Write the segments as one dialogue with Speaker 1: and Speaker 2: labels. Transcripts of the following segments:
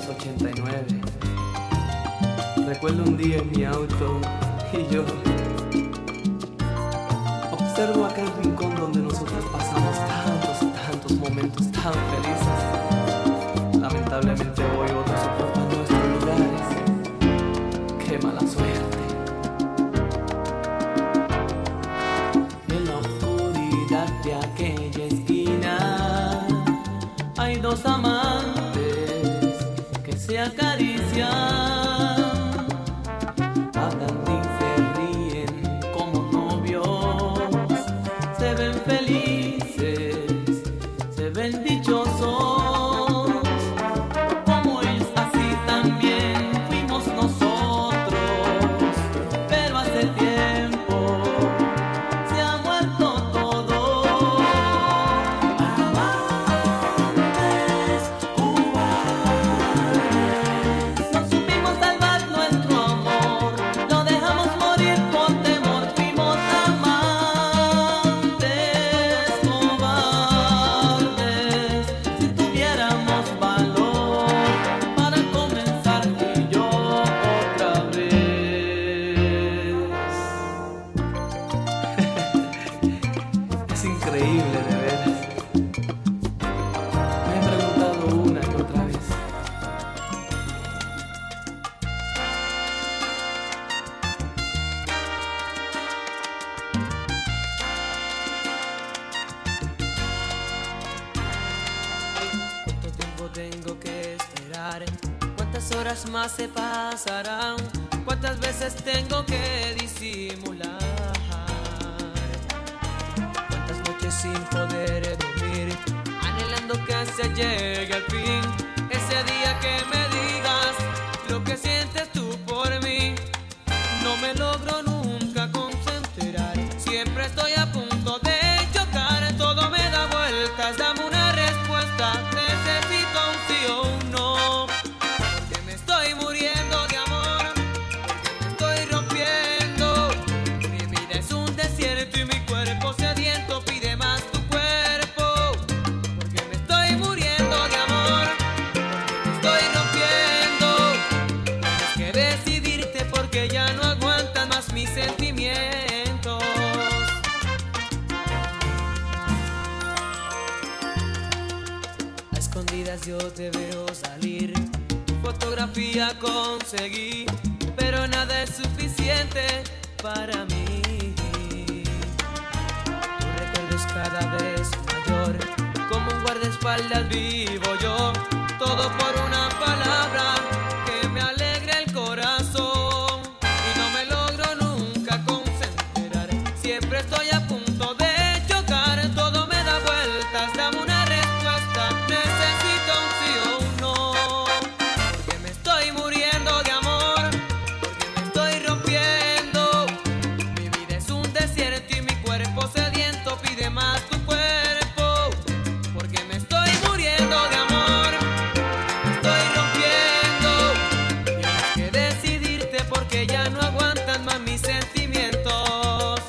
Speaker 1: 1989. Recuerdo un día en mi auto y yo observo aquel rincón donde nosotros pasamos tantos momentos tan felices. Lamentablemente hoy otros ocupan nuestros lugares. Qué mala suerte. En la oscuridad de aquella esquina hay dos amantes que se acarician, hablan y se ríen como novios, se ven felices, se ven dichosos. Como ellos así también fuimos nosotros, pero hace tiempo se ha muerto todo. No supimos salvar nuestro amor, lo dejamos morir por temor. Fuimos amantes cobardes. Si tuviéramos valor para comenzar tú y yo otra vez. Es increíble, de veras. Me he preguntado una y otra vez.
Speaker 2: ¿Cuánto tiempo tengo que esperar? ¿Cuántas horas más se pasarán? ¿Cuántas veces tengo que disimular? ¿Cuántas noches sin poder dormir? Anhelando que se llegue al fin ese día que me digas lo que sientes tú por mí. No me logro nunca concentrar, siempre estoy a punto de chocar. Todo me da vueltas, dame una respuesta. Necesito un sí o un no, porque me estoy muriendo de amor, porque me estoy rompiendo. Mi vida es un desierto y mi cuerpo sediento pide más tu cuerpo, porque me estoy muriendo de amor, porque me estoy rompiendo. Tienes que decidirte porque ya no aguantan más mis sentimientos. A escondidas yo te veo salir, tu fotografía conseguí, pero nada es suficiente para mí. Tu recuerdo es cada vez mayor, como un guardaespaldas vivo yo, todo por una palabra que me alegra el corazón. Y no me logro nunca concentrar, siempre estoy a punto de chocar. Todo me da vueltas, dame una respuesta. Necesito un sí o un no, porque me estoy muriendo de amor, porque me estoy rompiendo. Mi vida es un desierto y mi cuerpo sediento pide más tu cuerpo, porque me estoy muriendo de amor, me estoy rompiendo. Tienes que decidirte porque ya no aguantan más mis sentimientos.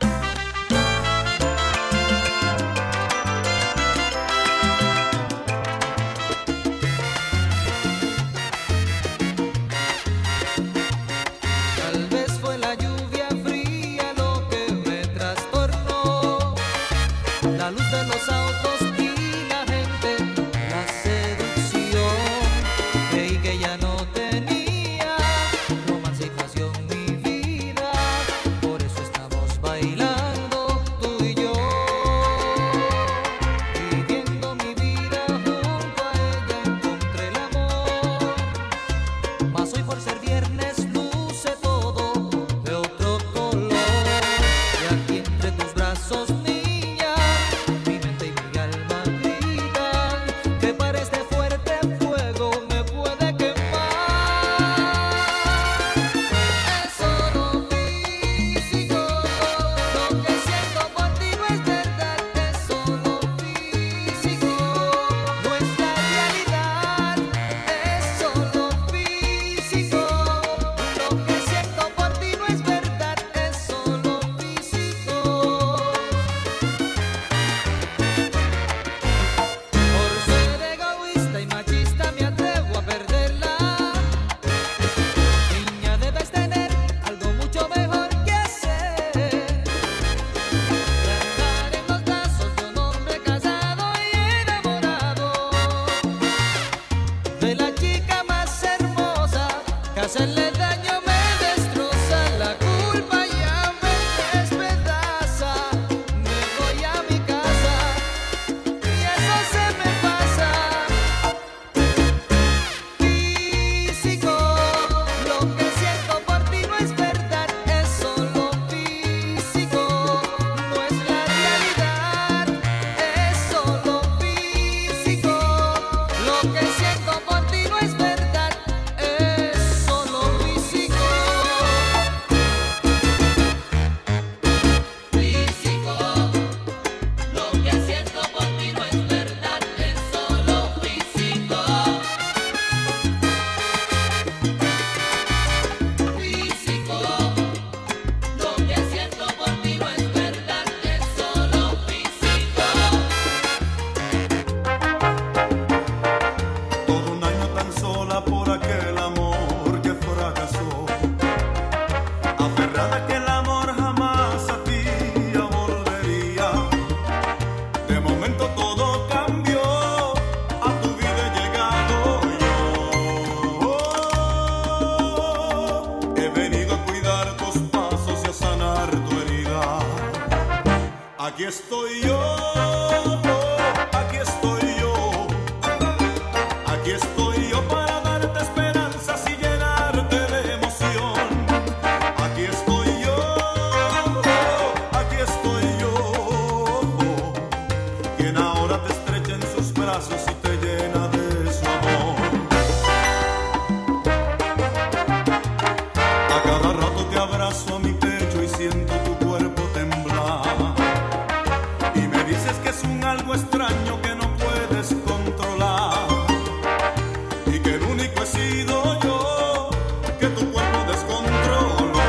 Speaker 2: Tal vez fue la lluvia fría lo que me trastornó, la luz de los autos y la gente, la seducción. Creí que ya no tenía romance y pasión mi vida, por eso estamos bailando tú y yo, viviendo mi vida junto a ella encontré el amor. Mas hoy por ser viernes luce todo de otro color, y aquí entre tus brazos niña, mi mente y mi alma
Speaker 3: estoy yo, aquí estoy yo, aquí estoy yo para darte esperanzas y llenarte de emoción. Aquí estoy yo, quien ahora te estrecha en sus brazos y te llena de su amor. A cada rato te abrazo a mi pecho y siento tu cuerpo temblar. Y me dices que es un algo extraño que no puedes controlar. Y que el único he sido yo, que tu cuerpo descontroló.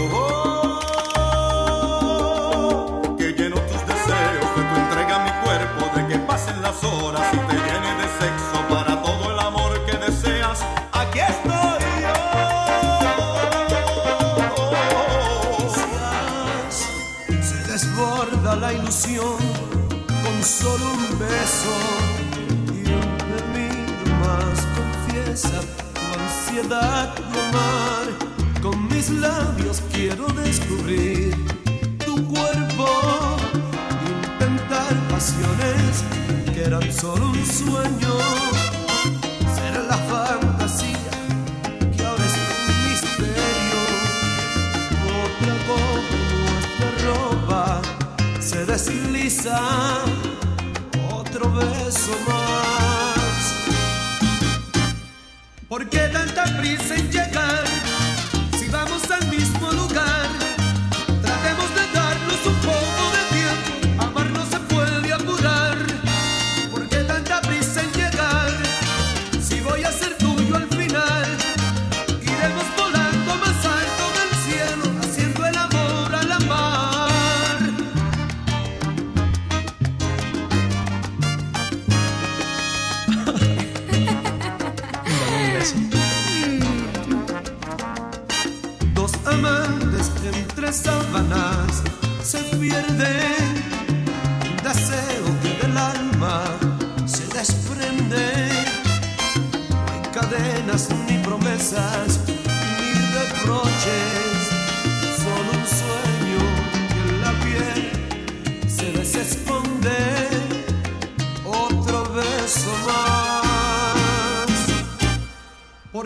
Speaker 3: Que lleno tus deseos, de tu entrega a mi cuerpo, de que pasen las horas y te llene de sexo para todo el amor que deseas. Aquí estoy yo.
Speaker 4: Se desborda la ilusión con solo un beso y un gemido más confiesa tu ansiedad de amar. Con mis labios quiero descubrir tu cuerpo, intentar pasiones que eran solo un sueño. Será la fantasía que ahora es un misterio. Otra copa en nuestra ropa se desliza, otro beso más. ¿Por qué tanta prisa en llegar? Si vamos al mismo lugar, tratemos de darnos un poco de tiempo. Amar no se puede apurar. ¿Por qué tanta prisa en llegar? Si voy a ser tuyo al final, iremos volando más alto del cielo, haciendo el amor a la mar.
Speaker 1: Dame un beso.
Speaker 4: Dos amantes entre sábanas se pierden, un deseo que del alma se desprende. No hay cadenas ni promesas ni reproches, solo un sueño que en la piel se desesconde. Otro beso más.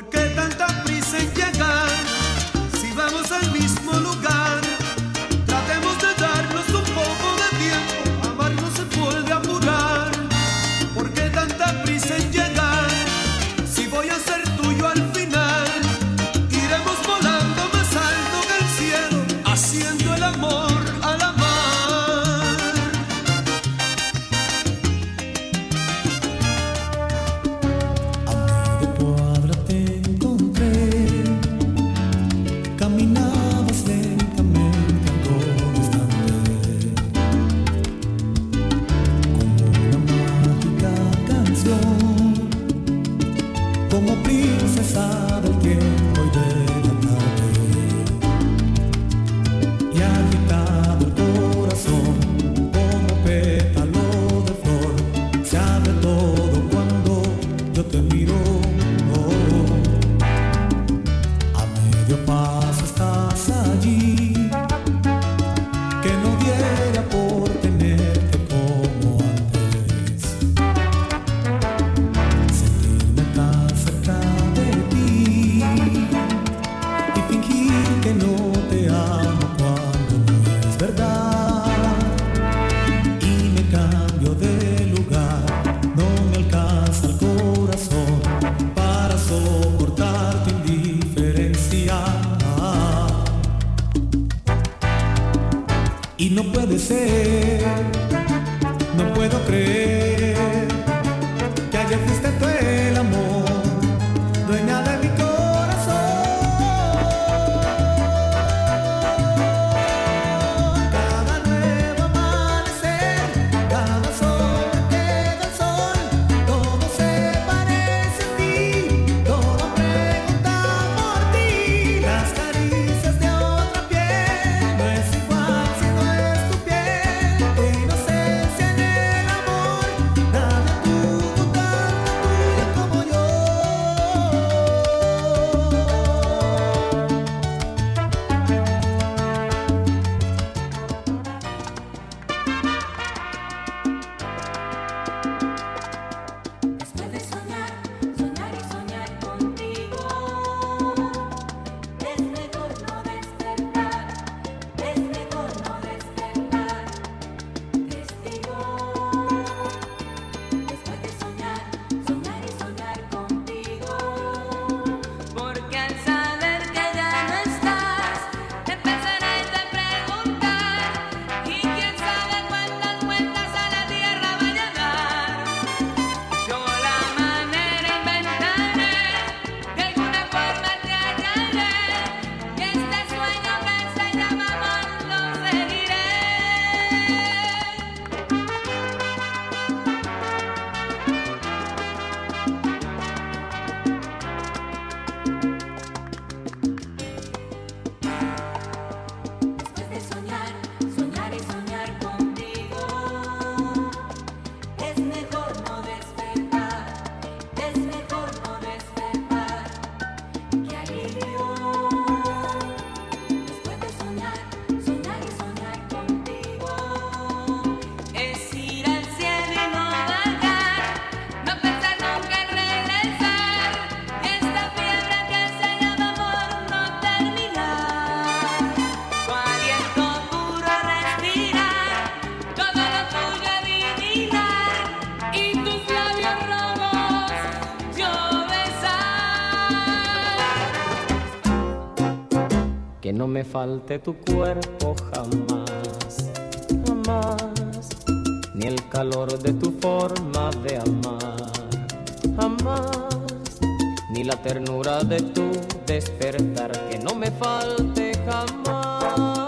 Speaker 5: que no me falte tu cuerpo jamás, jamás, ni el calor de tu forma de amar, jamás, ni la ternura de tu despertar, que no me falte jamás.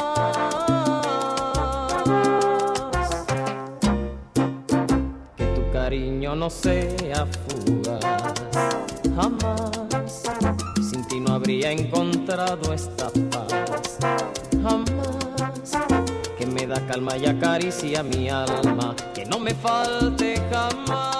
Speaker 5: Que tu cariño no sea fugaz, jamás, sin ti no habría encontrado esta paz, jamás, que me da calma y acaricia mi alma, que no me falte jamás.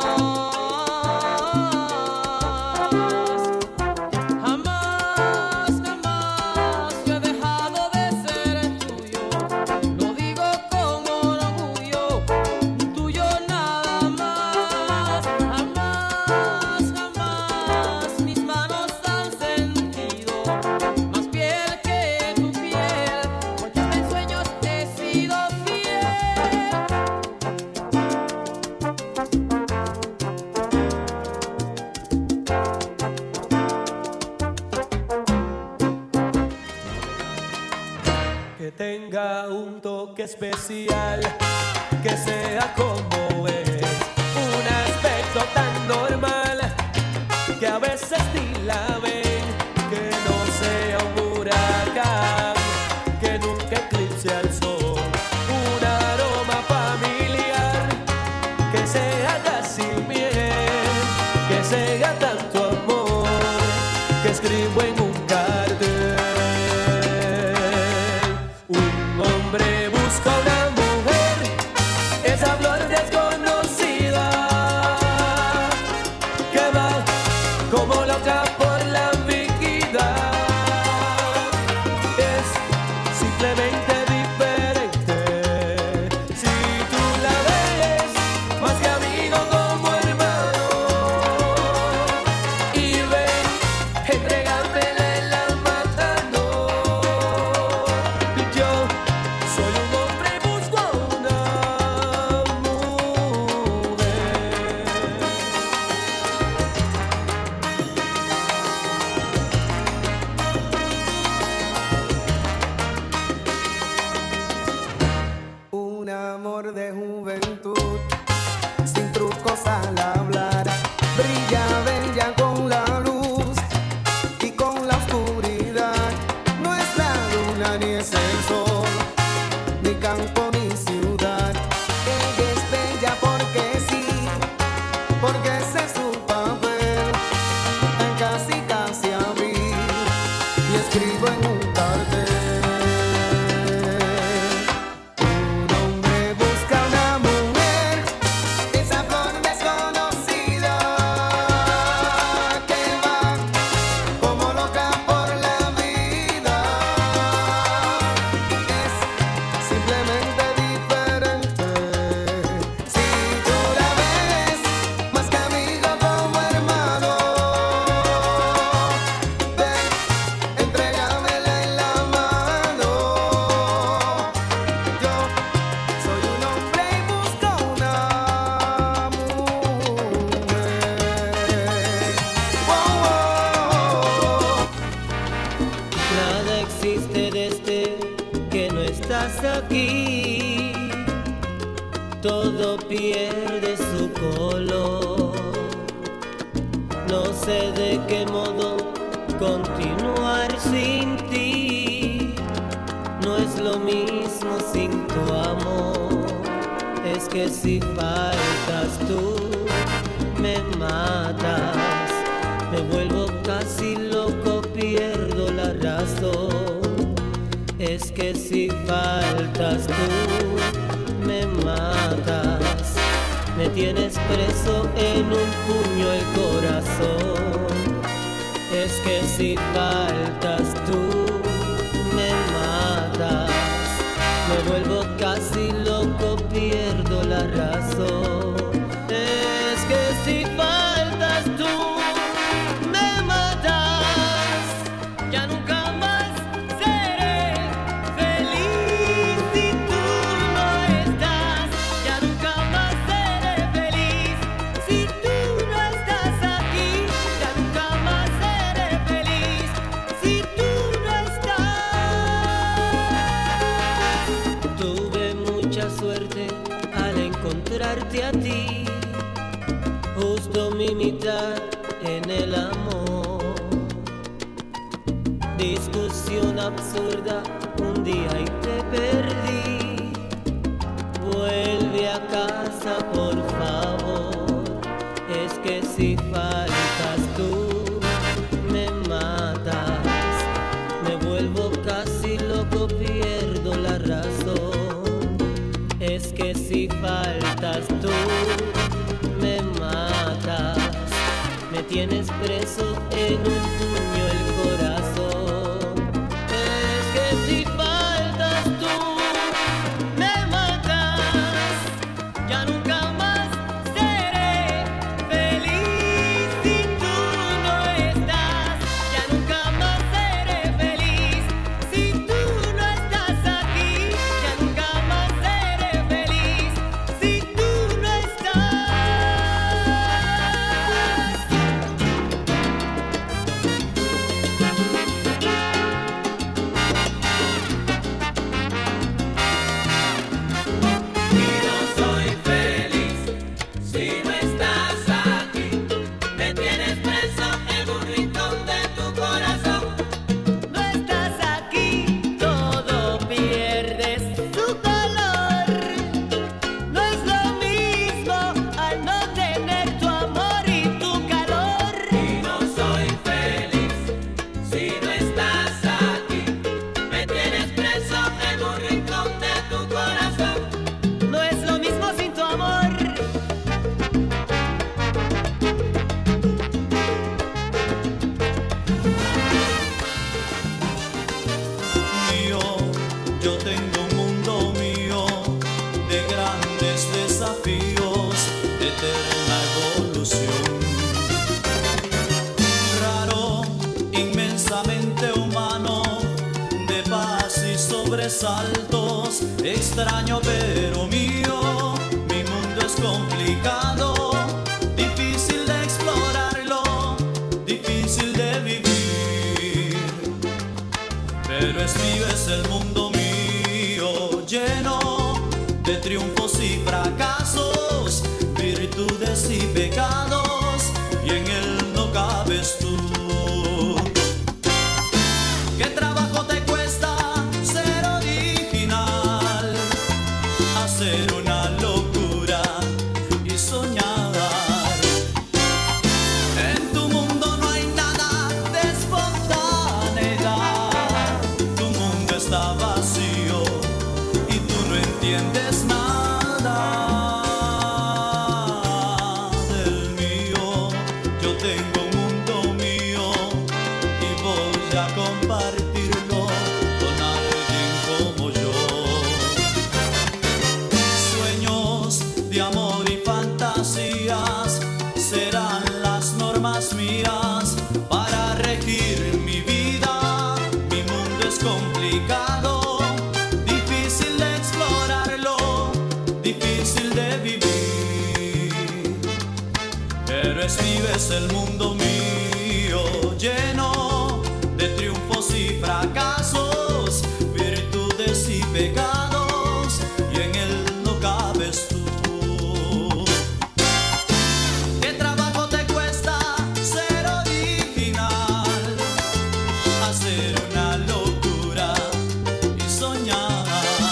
Speaker 4: Tenga un toque especial, que sea como es, un aspecto tan normal, que a veces ni la ven, que no sea un huracán, que nunca eclipse al sol, un aroma familiar, que se haga sin miel, que sea tanto amor, que escribo en un cartel. Hombre busca una mujer, esa flor desconocida, que va como loca por la vida. Es simplemente diferente. Si tú la ves, más que amigo como hermano, y ven, entregármela en la mano. Yo soy un hombre y busco a una mujer. Un amor de juventud, sin trucos al hablar, brilla bella con la luz y con la oscuridad. No es la luna ni es el sol, ni campo ni ciudad. Ella es bella porque sí, porque ese es su papel. En casi abril y escribo en un cartel. Un hombre busca una mujer, esa flor desconocida, que va como loca por la vida. Es simplemente diferente. Si tú la ves, más que amigo como hermano, ven, entrégamela en la mano. Yo soy un hombre y busco una mujer.
Speaker 2: Nada existe desde que no estás aquí, todo pierde su color. No sé de qué modo continuar sin ti, no es lo mismo sin tu amor. Es que si faltas tú, me matas, me vuelvo casi loco, pierdo la razón. Es que si faltas tú, me matas, me tienes preso en un puño el corazón. Es que si faltas tú, me matas, me vuelvo casi loco, pierdo la razón. Es que si faltas tú, me matas, ya nunca más seré feliz. Si tú no estás, ya nunca más seré feliz. Si tú no estás aquí, ya nunca más seré feliz. Si tú no estás. darte a ti, justo mi mitad en el amor. Discusión absurda, un día y te perdí. Vuelve a casa, por favor. Es que si faltas tú, me matas. Me vuelvo casi loco, pierdo la razón. Es que si faltas tú, me matas. Me tienes preso en un puño el corazón. Es que si faltas tú, me matas. Ya nunca más seré feliz si tú no estás. Ya nunca más seré feliz si tú no estás aquí. Ya nunca más seré feliz si tú no estás.
Speaker 6: Y no soy feliz si no estás aquí. Me tienes preso en un rincón de tu corazón.
Speaker 2: No estás aquí, todo pierde su color. No es lo mismo al no tener tu amor y tu calor.
Speaker 6: Y no soy feliz si no estás aquí. Me tienes preso en un rincón de tu corazón.
Speaker 2: No es lo mismo sin tu amor.
Speaker 3: Mío, yo tengo un mundo mío de grandes desafíos, de eterna evolución. Raro, inmensamente humano, de paz y sobresaltos, extraño pero mío. Mi mundo es complicado, difícil de explorarlo, difícil de vivir. Pero es mío, es el mundo mío, lleno de triunfos y fracasos, virtudes y pecados, y en él no cabes tú. ¿Qué trabajo te cuesta ser original? Hacer una locura y soñar. En tu mundo no hay nada de espontaneidad. Tu mundo está vacío y tú no entiendes nada del mío. Yo tengo un mundo mío y voy a compartirlo con alguien como yo. Sueños de amor y fantasías serán las normas mías para regir mi vida. Mi mundo es complicado, difícil de explorarlo, difícil de vivir. Pero es mío, es el mundo mío, lleno de triunfos y fracasos, virtudes y pecados, y en él no cabes tú. ¿Qué trabajo te cuesta ser original? Hacer una locura y soñar.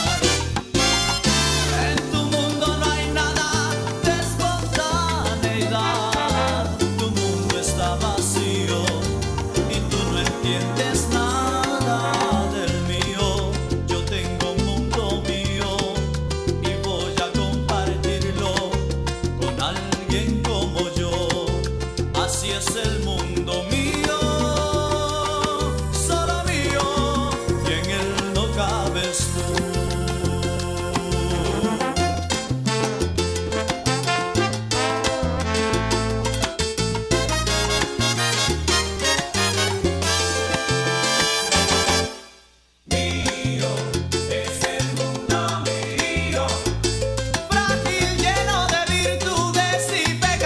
Speaker 3: En tu mundo no hay nada de espontaneidad. Tu mundo está vacío y tú no entiendes nada del mío. Yo tengo un mundo mío y voy a compartirlo con alguien como yo. Así es el mundo mío, solo mío, y en él no cabes tú.
Speaker 6: Mío es el mundo mío.
Speaker 3: Frágil, lleno de virtudes y pecados.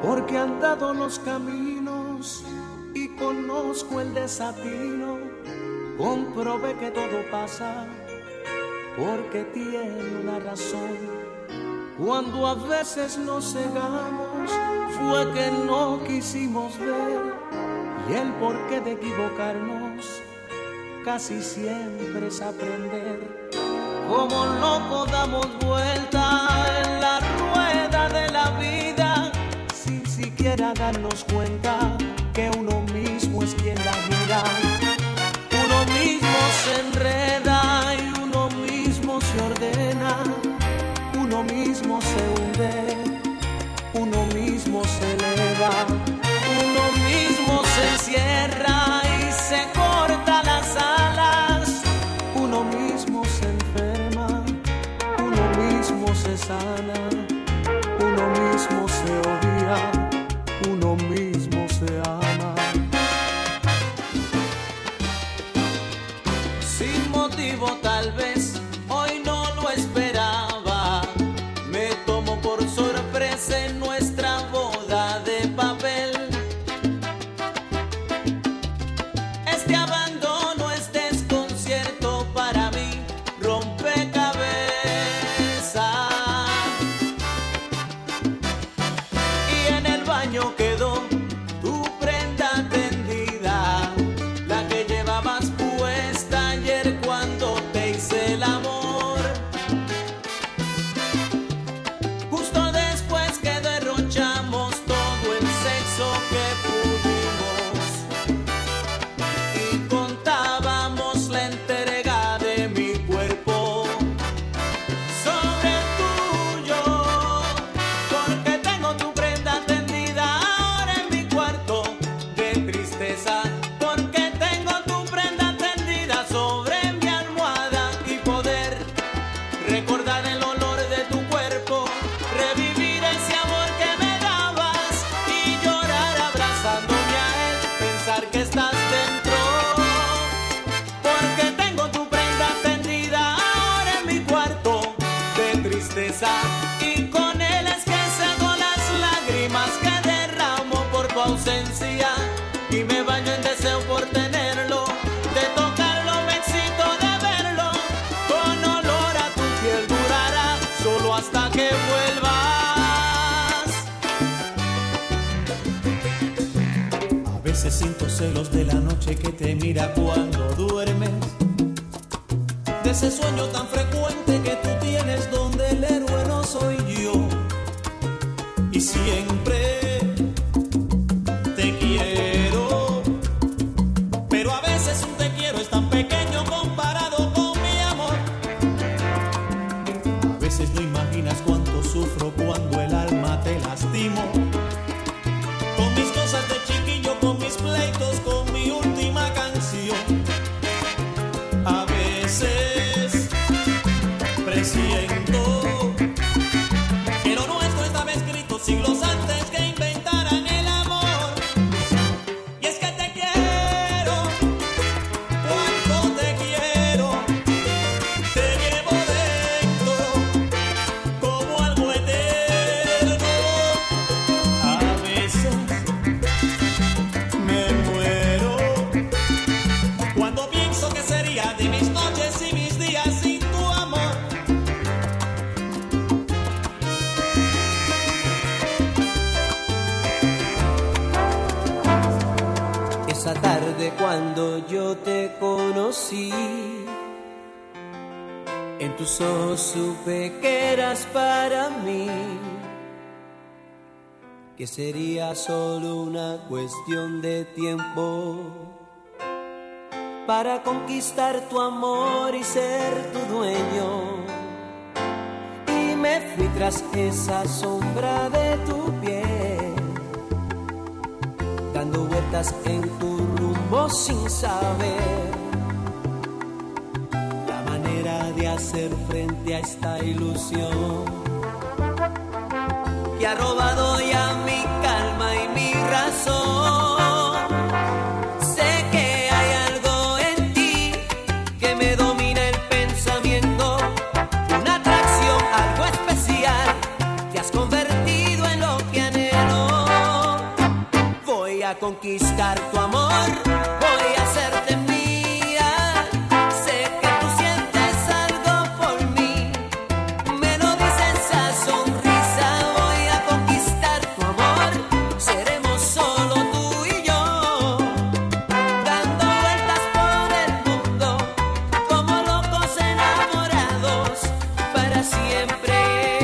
Speaker 4: porque he andado los caminos y conozco el desatino. Comprobé que todo pasa porque tiene una razón. Cuando a veces nos cegamos fue que no quisimos ver, y el porqué de equivocarnos casi siempre es aprender. Como loco damos vuelta en la rueda de la vida sin siquiera darnos cuenta que uno mismo es quien la gira. Uno mismo se enreda y uno mismo se ordena. Uno mismo se hunde, uno mismo se eleva. Uno mismo se encierra y se corta las alas. Uno mismo se enferma, uno mismo se sana. Uno mismo se odia, uno mismo se ama. Sin motivo tal vez, hoy no lo esperaba. Me tomó por sorpresa en nuestra boda de papel. Este abandono, este desconcierto para mí, rompecabezas. Y en el baño quedó tu prenda tendida, la que llevabas puesta ayer cuando te hice el amor. Justo después que derrochamos todo el sexo que pudimos y contábamos la entrega de mi cuerpo sobre el tuyo, porque tengo tu prenda tendida ahora en mi cuarto de tristeza, porque tengo tu prenda tendida sobre mi almohada y poder recordar el olor de tu cuerpo, revivir ese amor que me dabas y llorar abrazándome a él, pensar que estás dentro, porque tengo tu prenda tendida ahora en mi cuarto de tristeza, y con él es que cedo las lágrimas que derramo por tu ausencia, y me baño en deseo por tenerlo, de tocarlo me excito de verlo, con olor a tu piel durará solo hasta que vuelvas. A veces siento celos de la noche que te mira cuando duermes, de ese sueño tan frecuente que tú tienes donde el héroe no soy yo, y siempre te quiero, pero a veces un te quiero es tan pequeño comparado con mi amor. A veces no imaginas cuánto sufro cuando el alma te lastimo, con mis cosas de chiquillo, con mis pleitos, con mi última canción. A veces presiento que lo nuestro estaba escrito siglos antes que inventaran el amor. Y es que te quiero, cuánto te quiero, te llevo dentro como algo eterno. A veces me muero cuando pienso que sería de mis noches y mis días sin tu amor.
Speaker 2: Esa tarde cuando yo te conocí, en tus ojos supe que eras para mí, que sería solo una cuestión de tiempo para conquistar tu amor y ser tu dueño. Y me fui tras esa sombra de tu piel, dando vueltas en tu rumbo sin saber la manera de hacer frente a esta ilusión que ha robado ya mi calma y mi razón. Sé que hay algo en ti que me domina el pensamiento, una atracción, algo especial que has convertido en lo que anhelo. a conquistar tu amor, voy a hacerte mía. Sé que tú sientes algo por mí, me lo dice esa sonrisa. Voy a conquistar tu amor, seremos solo tú y yo, dando vueltas por el mundo como locos enamorados para siempre.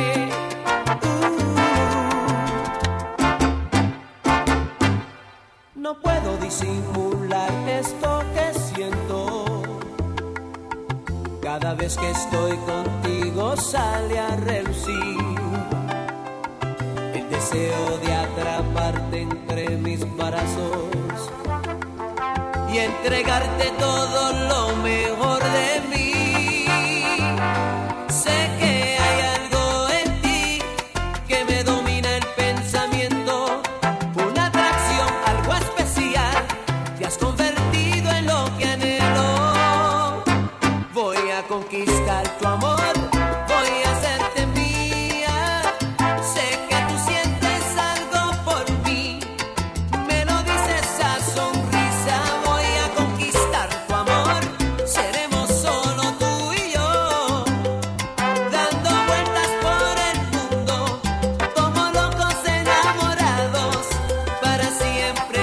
Speaker 2: No puedo disimular esto que siento. Cada vez que estoy contigo sale a relucir el deseo de atraparte entre mis brazos y entregarte todo lo mejor de mí. Sé que hay algo en ti que me domina el pensamiento, una atracción, algo especial. Te has convertido en lo que anhelo. Voy a conquistar tu amor, voy a hacerte mía. Sé que tú sientes algo por mí, me lo dice esa sonrisa. Voy a conquistar tu amor, seremos solo tú y yo, dando vueltas por el mundo como locos enamorados para siempre.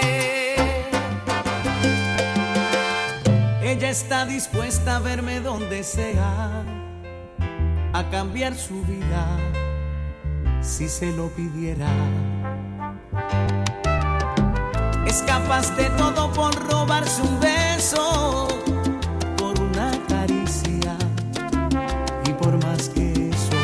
Speaker 4: Ella está dispuesta a verme donde sea, a cambiar su vida si se lo pidiera. Es capaz de todo por robarse un beso, por una caricia y por más que eso.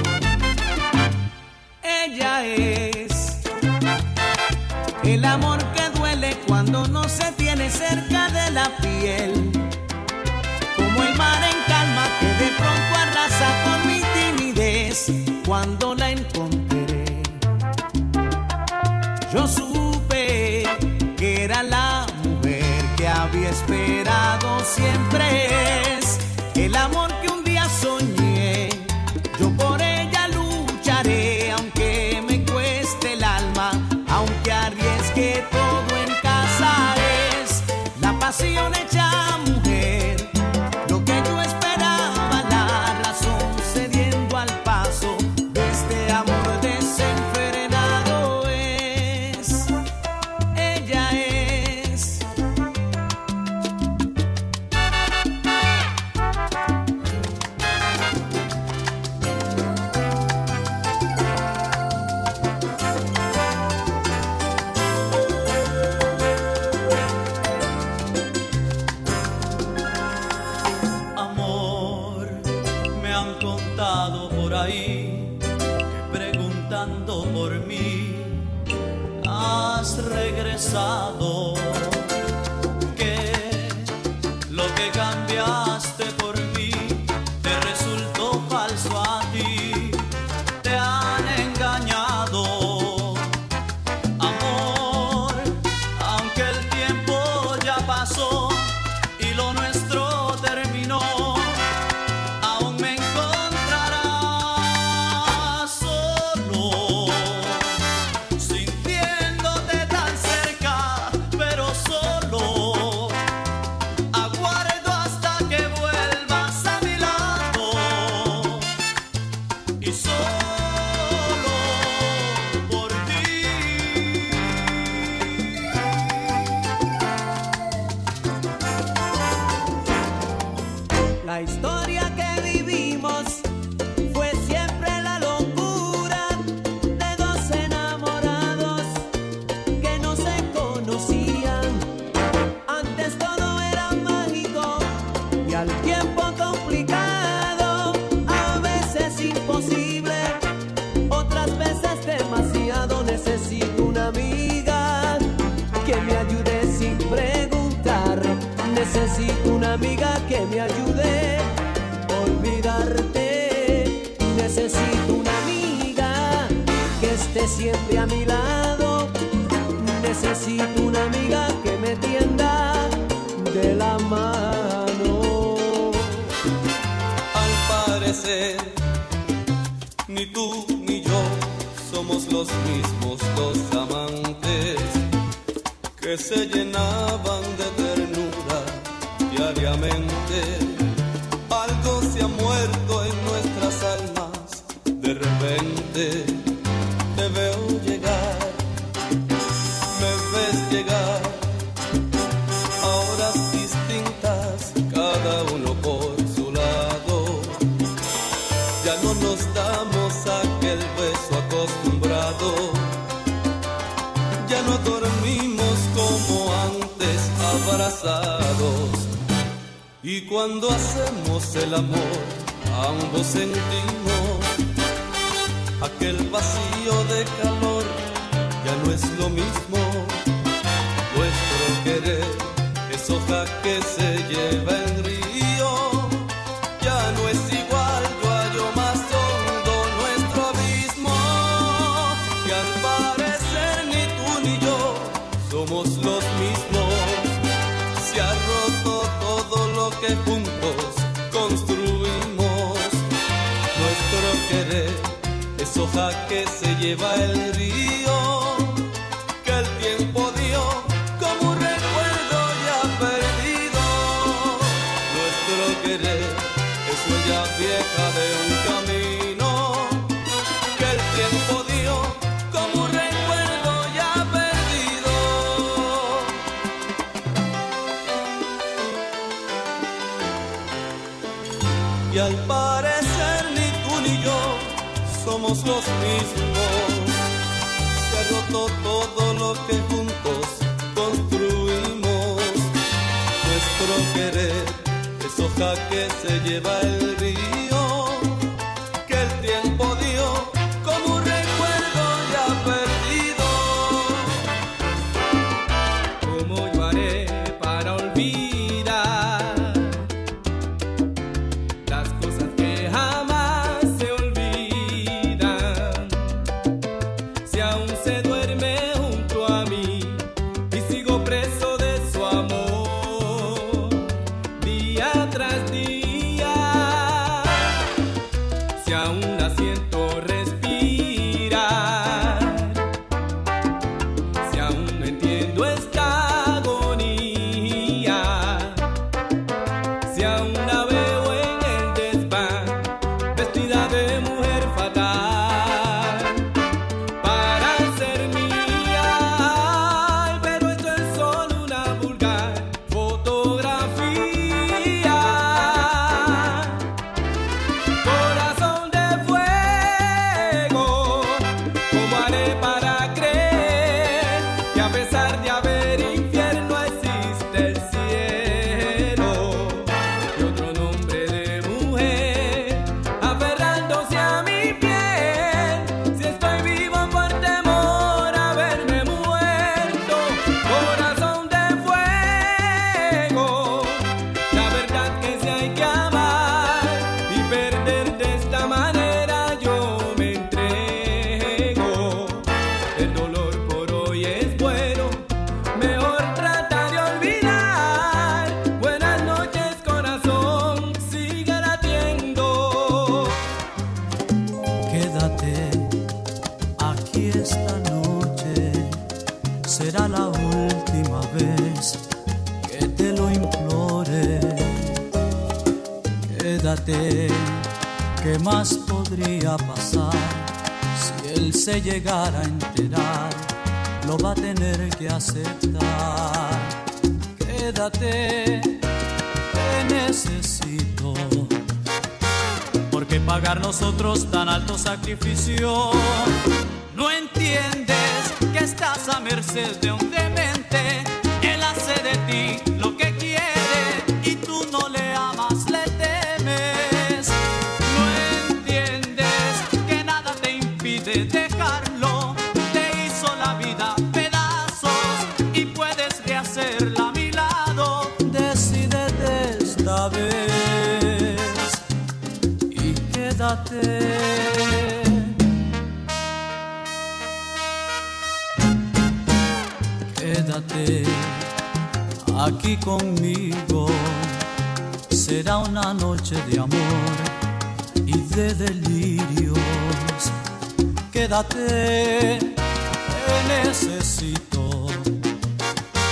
Speaker 4: Ella es el amor que duele cuando no se tiene cerca de la piel, como el mar en calma que de pronto arrasa con mi timidez. Cuando la encontré, yo supe que era la mujer que había esperado siempre. Es el amor que un día soñé, yo por ella lucharé, aunque me cueste el alma, aunque arriesgue todo en casa. Es la pasión hecha mujer, lo que yo esperaba, la razón cediendo al paso de este amor desenfrenado. Es, ella es.
Speaker 3: Amor, me han contado por ahí que preguntando por mí has regresado, que lo que cambiaste por mí te resultó falso a ti, te han engañado. Amor, aunque el tiempo ya pasó y lo nuestro terminó, aún me encontrarás solo, sintiéndote tan cerca, pero solo. Aguardo hasta que vuelvas a mi lado, y solo por ti.
Speaker 2: La historia que vivimos fue siempre la locura de dos enamorados que no se conocían. Antes todo era mágico y al tiempo complicado, a veces imposible, otras veces demasiado. Necesito una amiga que me ayude sin preguntar. Necesito una amiga que me ayude a olvidarte. Necesito una amiga que esté siempre a mi lado. Necesito una amiga que me tienda de la mano.
Speaker 1: Al parecer, ni tú ni yo somos los mismos dos amantes
Speaker 3: que se llenaban de ternura diariamente. Algo se ha muerto en nuestras almas, de repente te veo llegar, me ves llegar, a horas distintas, cada uno por su lado. Ya no nos damos aquel beso acostumbrado, ya no dormimos como antes abrazados. Y cuando hacemos el amor, ambos sentimos aquel vacío de calor, ya no es lo mismo. Nuestro querer es hoja que se lleva en río, ya no es igual, yo hallo más hondo nuestro abismo. Y al parecer ni tú ni yo somos los mismos, se ha roto todo lo que juntos construimos. Nuestro querer es hoja que se lleva el río, que el tiempo dio como un recuerdo ya perdido. Nuestro querer es huella vieja de un camino, que el tiempo dio como un recuerdo ya perdido. Y al parecer ni tú ni yo somos los mismos, se ha roto todo lo que juntos construimos. Nuestro querer es hoja que se lleva el río, que el tiempo dio como un recuerdo ya perdido.
Speaker 2: ¿Cómo yo haré para olvidar las cosas que jamás se olvidan? Si aún se duerme junto a mí y sigo preso de su amor día tras día, si aún la siento respirar, si aún no entiendo esta agonía, si aún la veo en el desván, vestida de mujer fatal, para ser mía. Ay, pero esto es solo una vulgar fotografía. Corazón de fuego, ¿cómo haré para creer que a pesar de haber infierno existe el cielo? Y otro nombre de mujer aferrándose a mi piel, si estoy vivo por temor a verme muerto. Corazón de fuego, la verdad que si hay que amar y perder de esta manera, yo me entrego. El dolor por hoy es bueno, mejor trata de olvidar. Buenas noches, corazón, sigue latiendo.
Speaker 7: Quédate aquí esta noche, será la última vez que te lo implore. Quédate, ¿qué más podría pasar? Si él se llegara a enterar, lo va a tener que aceptar. Quédate, te necesito, porque pagar nosotros tan alto sacrificio. No entiendes que estás a merced de un demente, él hace de ti lo que quiere y tú no le amas, le temes. No entiendes que nada te impide dejarlo, te hizo la vida pedazos y puedes rehacerla a mi lado. Decídete esta vez y quédate. Quédate aquí conmigo, será una noche de amor y de delirios. Quédate, te necesito,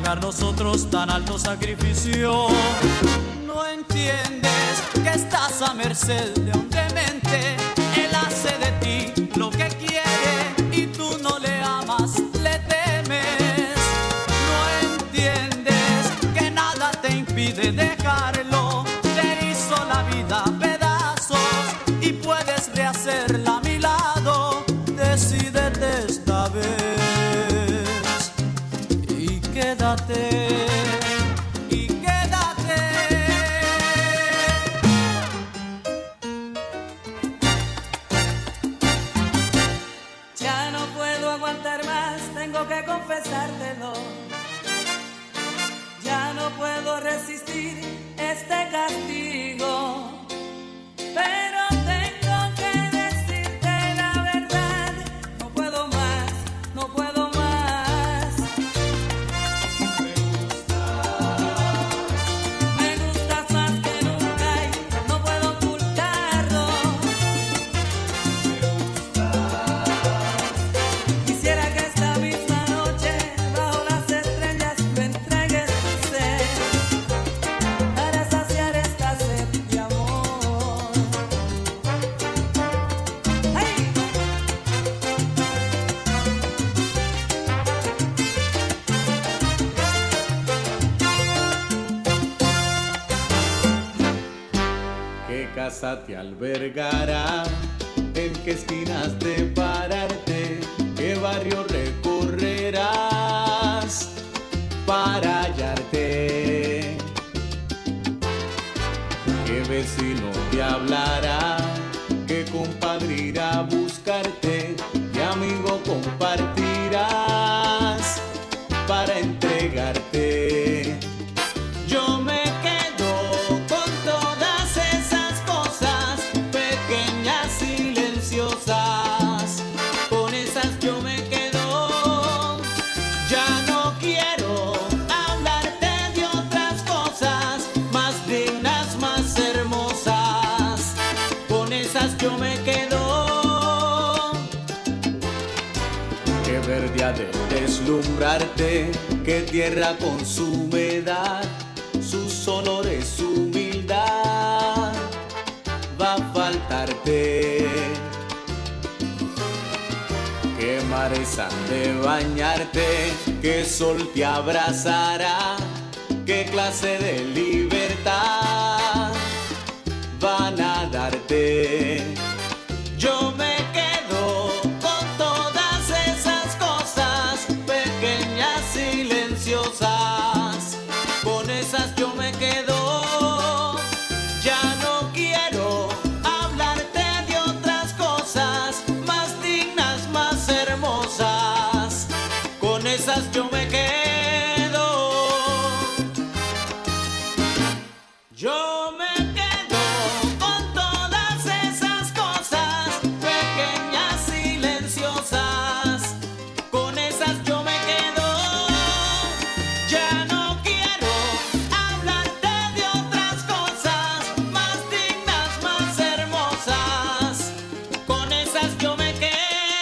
Speaker 7: pagar nosotros tan alto sacrificio. No entiendes que estás a merced de un demente. Él hace de ti lo que quiere y tú no le amas, le temes. No entiendes que nada te impide dejarlo. Te hizo la vida a pedazos y puedes rehacerla a mi lado. Decídete esta vez y quédate.
Speaker 8: Tengo que confesártelo, ya no puedo resistir este castigo, pero tengo que decirte la verdad, no puedo más, no puedo más. Me gustas más que nunca y no puedo ocultarlo. Quisiera que esta misma noche bajo las estrellas me entregues tu ser para saciar esta sed de amor. ¡Ay!
Speaker 3: ¿Qué casa te albergará? ¿En qué esquinas de pararte? ¿Qué barrio recorrerás para hallarte? ¿Qué vecino te hablará? ¿Qué compadre irá a buscarte? ¿Qué amigo compartirás para entregarte? Yo me quedo con todas esas cosas pequeñas, silenciosas. Con esas yo me quedo. Ya no quiero hablarte de otras cosas más dignas, más hermosas. Con esas yo me quedo. Qué verde ha de deslumbrarte, qué tierra con su humedad, sus olores, su humildad va a faltarte. Qué mares han de bañarte, qué sol te abrazará, qué clase de libertad van a darte. Yo me quedo con todas esas cosas pequeñas, silenciosas. Con esas yo me quedo. Ya no quiero hablarte de otras cosas más dignas, más hermosas. Con esas yo me quedo. Yo me quedo con todas esas cosas pequeñas, silenciosas. Con esas yo me quedo. Ya no quiero hablarte de otras cosas más dignas, más hermosas. Con esas yo me quedo.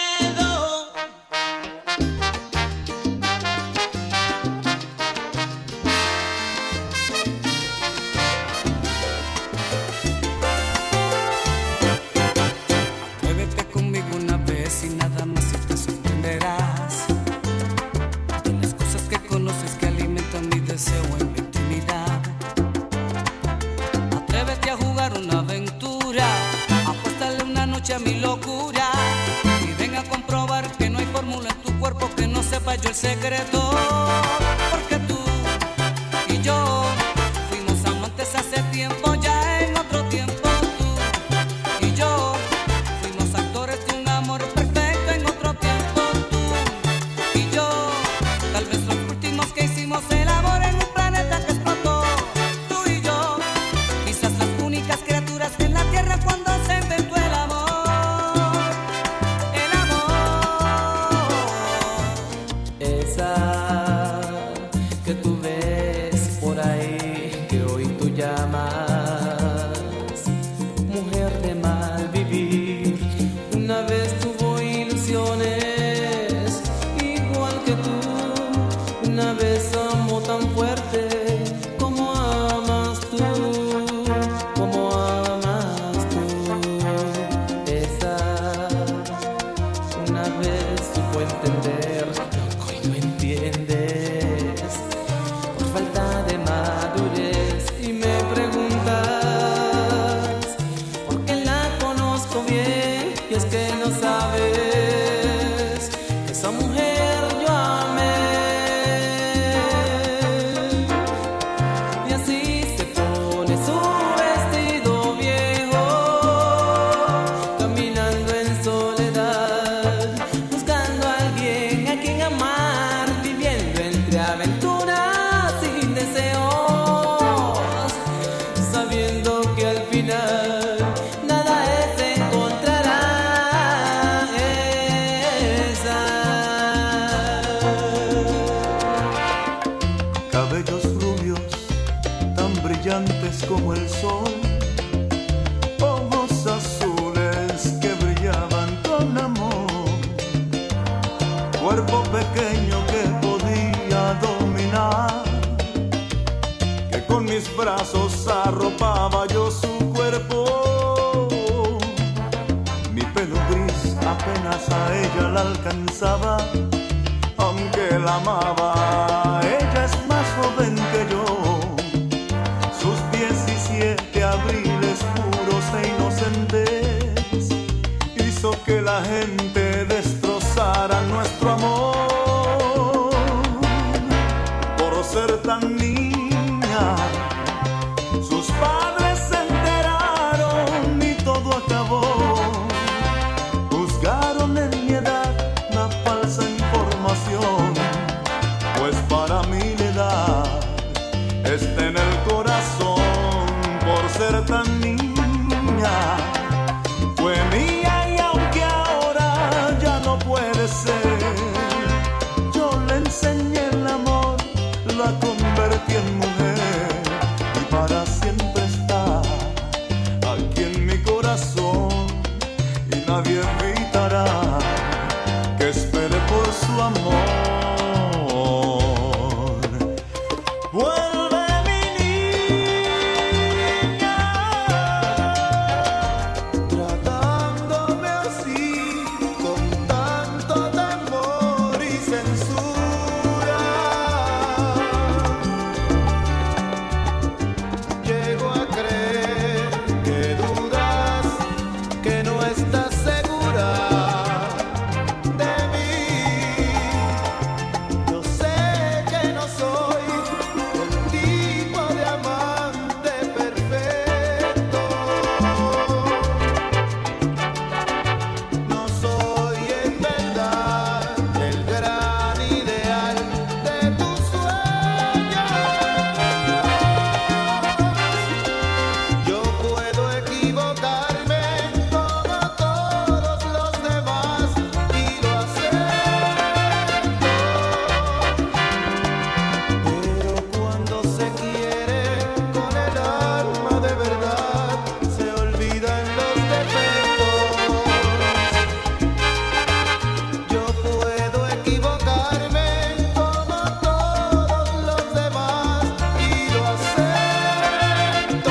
Speaker 8: Muévete conmigo una vez y nada más y te sorprenderás de las cosas que conoces que alimentan mi deseo en la intimidad. Atrévete a jugar una aventura, apuéstale una noche a mi locura y ven a comprobar que no hay fórmula en tu cuerpo que no sepa yo el secreto. Porque tú y yo fuimos amantes hace tiempo, ya en otro tiempo tú y yo fuimos actores de un amor perfecto en otro tiempo tú y yo. Tal vez los últimos que hicimos el amor en un planeta que explotó. Tú y yo, quizás las únicas criaturas en la tierra cuando se inventó el amor. El amor.
Speaker 5: Esa
Speaker 1: supo entender, loco, y no entiendes, por falta de madurez. Y me preguntas por qué la conozco bien, y es que no sabes que esa mujer yo amé. Y así se pone su vestido viejo, caminando en soledad, buscando a alguien a quien amar, viviendo entre aventuras sin deseos, sabiendo que al final nada es encontrará esa.
Speaker 3: Cabellos rubios tan brillantes como el sol, ojos azules que brillaban con amor, cuerpo pequeño que podía dominar, que con mis brazos arropaba yo su cuerpo. Mi pelo gris apenas a ella la alcanzaba, aunque la amaba. Ella es más joven que yo, sus 17 abriles puros e inocentes hizo que la gente destrozara nuestro amor. Por ser tan niña, sus padres se enteraron y todo acabó. Juzgaron en mi edad la falsa información, pues para mí la edad está en el corazón. Por ser tan niña, fue mía, y aunque ahora ya no puede ser, yo le enseñé el amor, la convertí en mujer, y para siempre está aquí en mi corazón, y nadie evitará que espere por su amor. Vuelve mi niña, tratándome así, con tanto temor y censura. Llego a creer que dudas, que no estás segura de mí. Yo sé que no soy el tipo de amante perfecto. No soy en verdad el gran ideal de tus sueños. Yo puedo equivocarme como todos los demás y lo acepto, pero cuando se quiere con el alma de verdad, se olvidan los defectos. Yo puedo equivocarme como todos los demás y lo acepto,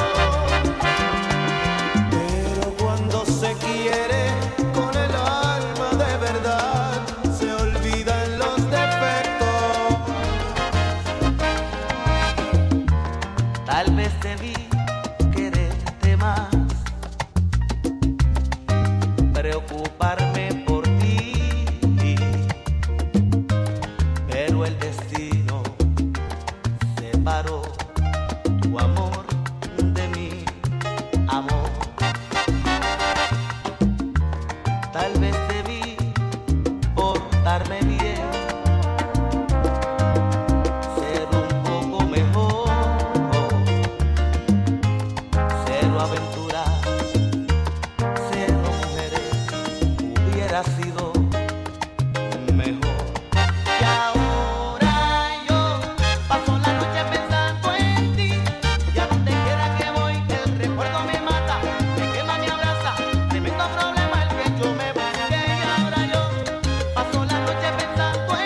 Speaker 3: pero cuando se quiere con el alma de verdad, se olvidan los defectos.
Speaker 1: Tal vez debí quererte más, preocuparme por ti, pero el destino separó tu amor de mi amor. Tal vez debí portarme bien, ser un poco mejor, cero aventuras, cero mujeres, hubiera sido mejor. Y ahora yo paso la noche pensando en ti, y a donde quiera que voy el recuerdo me mata, me quema, me abraza, tremendo problema el que yo me busqué. Y ahora yo paso la noche pensando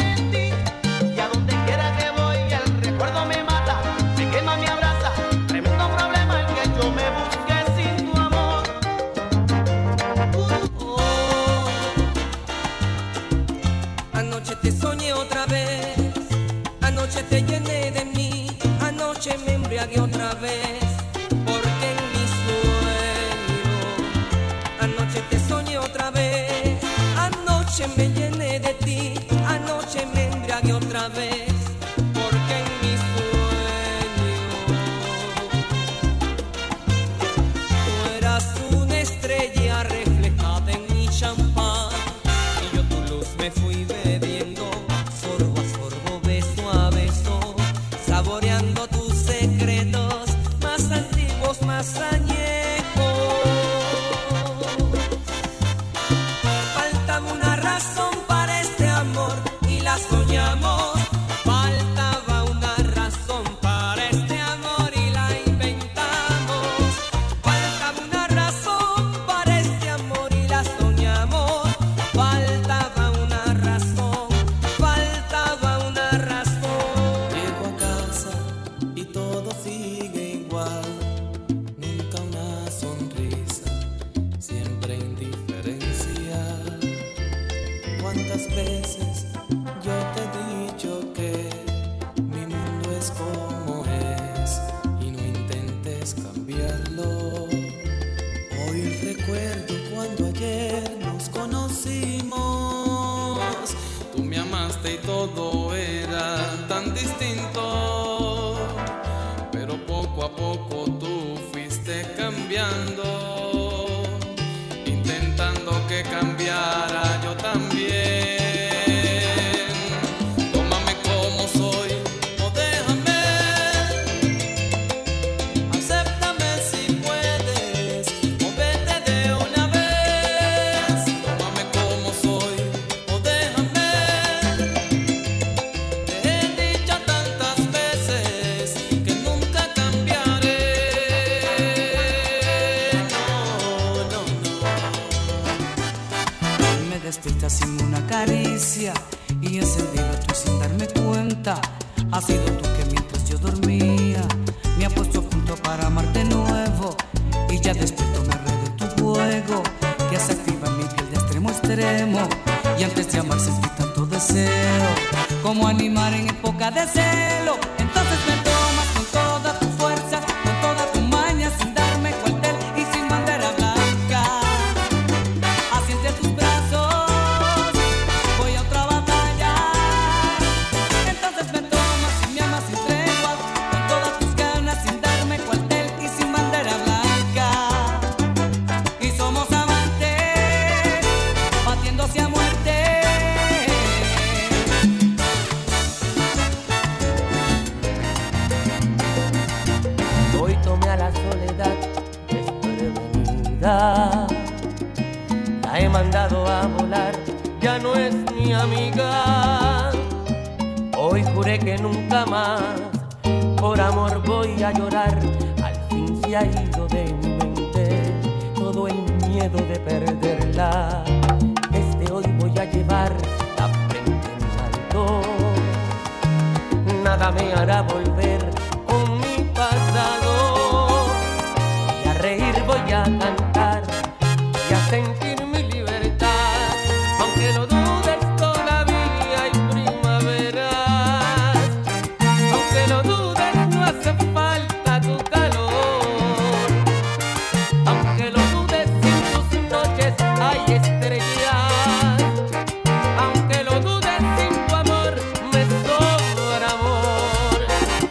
Speaker 8: Anoche te soñé otra vez, anoche te llené de mí, anoche me embriagué otra vez, porque en mi sueño, anoche te soñé otra vez, anoche me llené de ti, anoche me embriagué otra vez, porque en mi sueño, tú eras una estrella reflejada en mi champán, y yo tu luz me fui bebiendo, sorbo a sorbo, beso a beso, saboreando tus secretos más antiguos, más añejos. Faltaba una razón para este amor y la soñamos. Faltaba una razón para este amor y la inventamos. Faltaba una razón para este amor y la soñamos. Faltaba una razón, faltaba una razón.
Speaker 1: Llego a casa y todo sigue igual. Nunca una sonrisa, siempre indiferencia. ¿Cuántas veces yo te he dicho que mi mundo es como es y no intentes cambiarlo? Hoy recuerdo cuando ayer nos conocimos. Tú me amaste y todo era tan distinto, pero poco a poco tú fuiste cambiando, intentando que cambiara yo también. Tómame como soy o déjame, acéptame si puedes o vete de una vez. Tómame como soy o déjame, te he dicho tantas veces que nunca cambiaré.
Speaker 8: Me despiertas sin una caricia y encendido tú sin darme cuenta. Has sido tú que mientras yo dormía me ha puesto a punto para amar de nuevo. Y ya despierto me red de tu juego que se activa en mi piel de extremo a extremo. Y antes de amar sentí tanto deseo como animar en época de celo. Entonces me tomas con toda tu fuerza, con toda tu maña, sin darme cuartel y sin bandera blanca. Así entre tus brazos voy a otra batalla. Entonces me tomas y me amas sin tregua, con todas tus ganas, sin darme cuartel y sin bandera blanca. Y somos amantes, batiéndose a muerte.
Speaker 5: Hoy tomé a la soledad desprevenida, la he mandado a volar, ya no es mi amiga. Hoy juré que nunca más por amor voy a llorar, al fin se ha ido de mi mente todo el miedo de perderla. Desde hoy voy a llevar la frente en alto, nada me hará volver con mi pasado. Y a reír voy a cantar y a sentir mi libertad, aunque lo dudes todavía hay primaveras, aunque lo dudes no hace falta tu calor, aunque lo dudes sin tus noches hay estrellas, aunque lo dudes sin tu amor me sobra amor.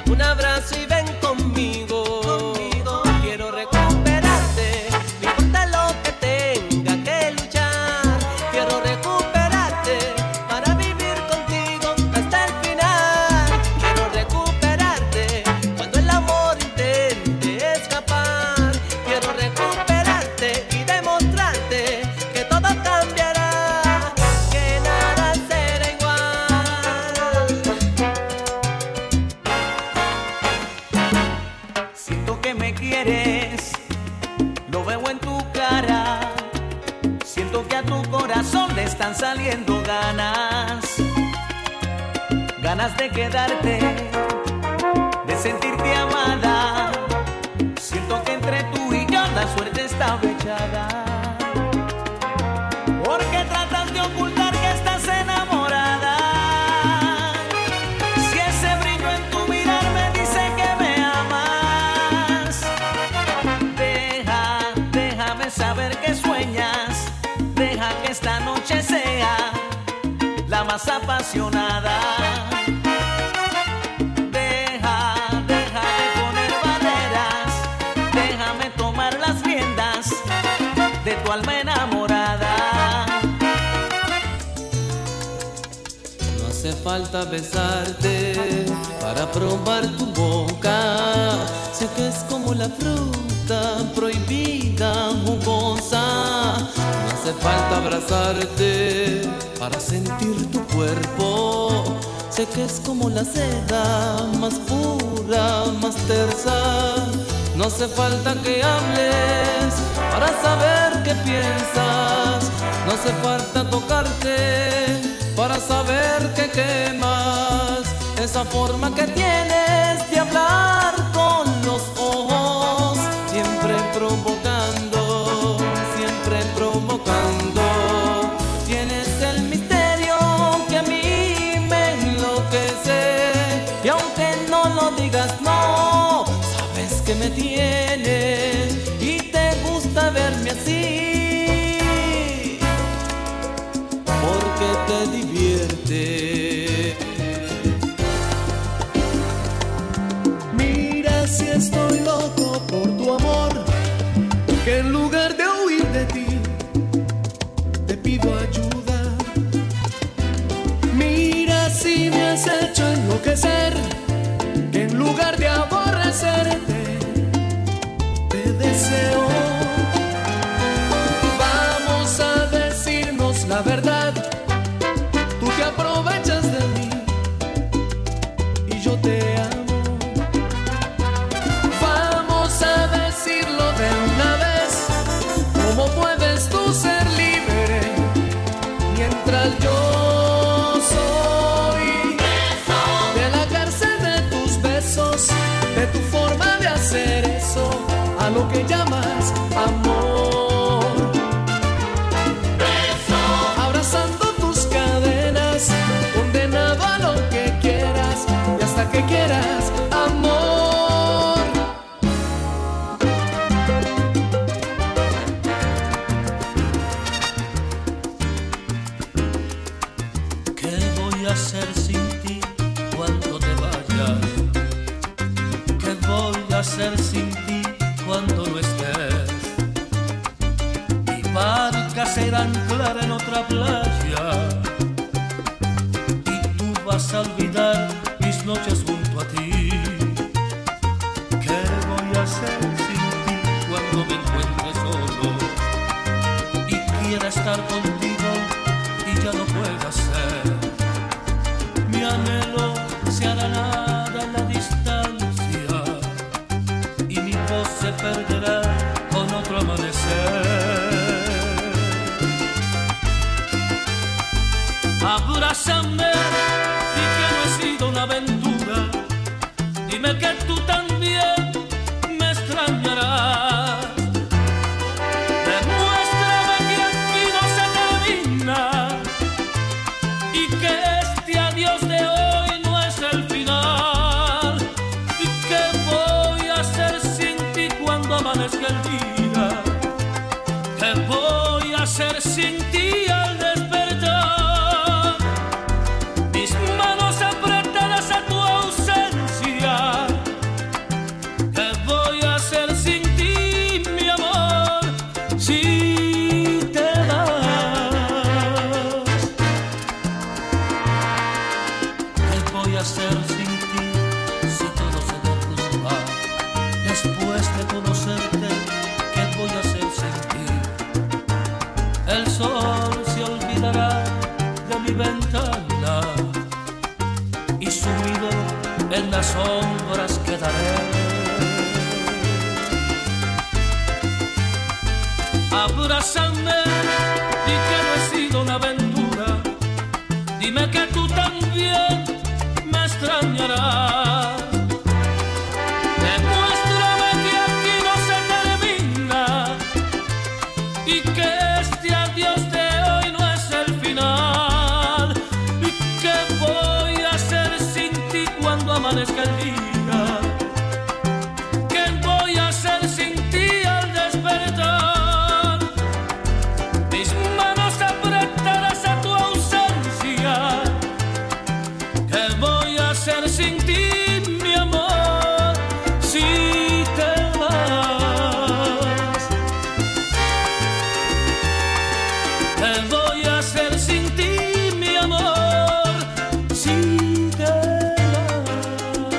Speaker 2: un abrazo y ven conmigo. Quiero recuperarte, no importa lo que tenga que luchar. Quiero recuperarte para vivir contigo hasta el final. Quiero recuperarte cuando el amor intente escapar. Quiero recuperarte y demostrarte que todo cambiará, que nada será igual.
Speaker 7: Siento que me quieres, lo veo en tu cara. Siento que a tu corazón le están saliendo ganas. Ganas de quedarte, de sentirte amada. Siento que entre tú y yo la suerte está echada. Porque tratas de ocultar que estás enamorada. Si ese brillo en tu mirar me dice que me amas, déjame saber que sueñas. Deja que esta noche sea la más apasionada. Deja de poner barreras. Déjame tomar las riendas de tu alma enamorada.
Speaker 1: No hace falta besarte para probar tu boca. Sé que es como la fruta prohibida, jugosa. No hace falta abrazarte para sentir tu cuerpo. Sé que es como la seda, más pura, más tersa. No hace falta que hables para saber qué piensas. No hace falta tocarte para saber que quemas. Esa forma que tienes de hablar con los ojos, siempre provocando, siempre provocando. Tienes el misterio que a mí me enloquece. Y aunque no lo digas, no, sabes que me tienes y te gusta verme así, porque te divierte.
Speaker 4: Mira si estoy loco por tu amor, que en lugar de huir de ti, te pido ayuda. Mira si me has hecho enloquecer, que en lugar de aborrecerte, te deseo. Vamos a decirnos la verdad, tú te aprovechas de mí y yo te amo. Vamos a decirlo de una vez, ¿cómo puedes tú ser libre mientras yo soy de la cárcel de tus besos, de tu forma de hacer eso, a lo que llamas amor? Abrazando tus cadenas, condenado a lo que quieras y hasta que quieras amor.
Speaker 9: ¿Qué voy a hacer sin ti cuando te vayas? ¿Qué voy a hacer sin ti cuando no estés? Mi barca será anclar en otra playa y tú vas a olvidar mis noches junto a ti. ¿Qué voy a hacer sin ti cuando me encuentre solo y quiera estar contigo y ya no pueda ser? Mi anhelo se hará nada en la distancia y mi voz se perderá con otro amanecer. Abrázame, di que no he sido una aventura. Dime que tú también me extrañarás. Demuéstrame que aquí no se termina y que este adiós de hoy no es el final. ¿Y qué voy a hacer sin ti cuando amanezca el día? ¿Qué voy a hacer sin ti al despertar? Mis manos apretadas a tu ausencia las sombras quedaré. Abrázame, di que no he sido una aventura. Dime que tú también me extrañarás. Demuéstrame que aquí no se termina y que este adiós de hoy no es el final. ¿Y qué voy a hacer sin ti cuando amanezca el día? ¿Qué voy a hacer sin ti al despertar? Mis manos apretadas a tu ausencia. ¿Qué voy a hacer sin ti, mi amor, si te vas? ¿Qué voy a hacer sin ti, mi amor, si te vas?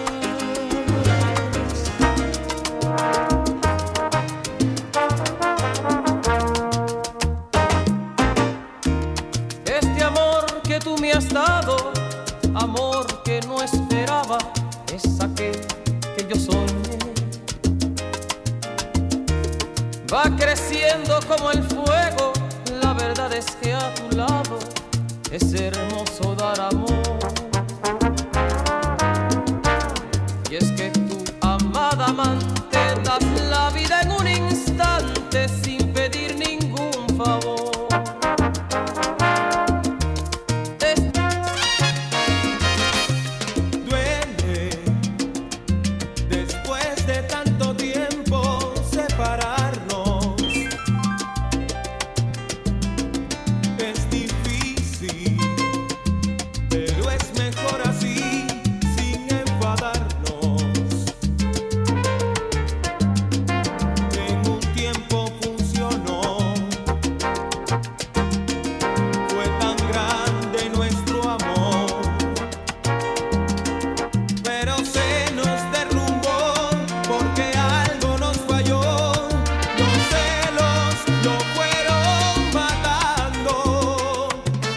Speaker 5: Este amor que tú me has dado, amor que no esperaba, es aquel que yo soñé. Va creciendo como el fuego, la verdad es que a tu lado es hermoso dar amor. Y es que tu amada amante das la vida en un instante sin pedir ningún favor.
Speaker 3: Duele después de tanto tiempo separarnos. Es difícil, pero es mejor así, sin enfadarnos. En un tiempo funcionó. Fue tan grande nuestro amor, pero se nos derrumbó porque algo nos falló. Los celos lo fueron matando.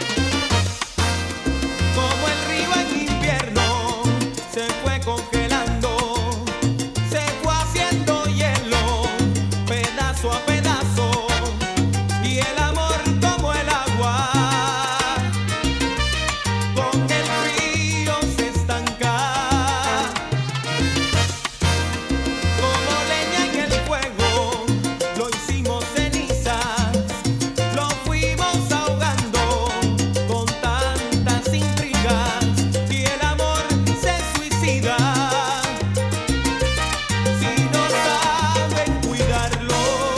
Speaker 3: Como el río en invierno se fue congelando, se fue haciendo hielo, pedazo a pedazo. Y el amor como el agua, con el frío se estanca. Como leña en el fuego, lo hicimos cenizas, lo fuimos ahogando con tantas intrigas. Y el amor se suicida si no saben cuidarlo.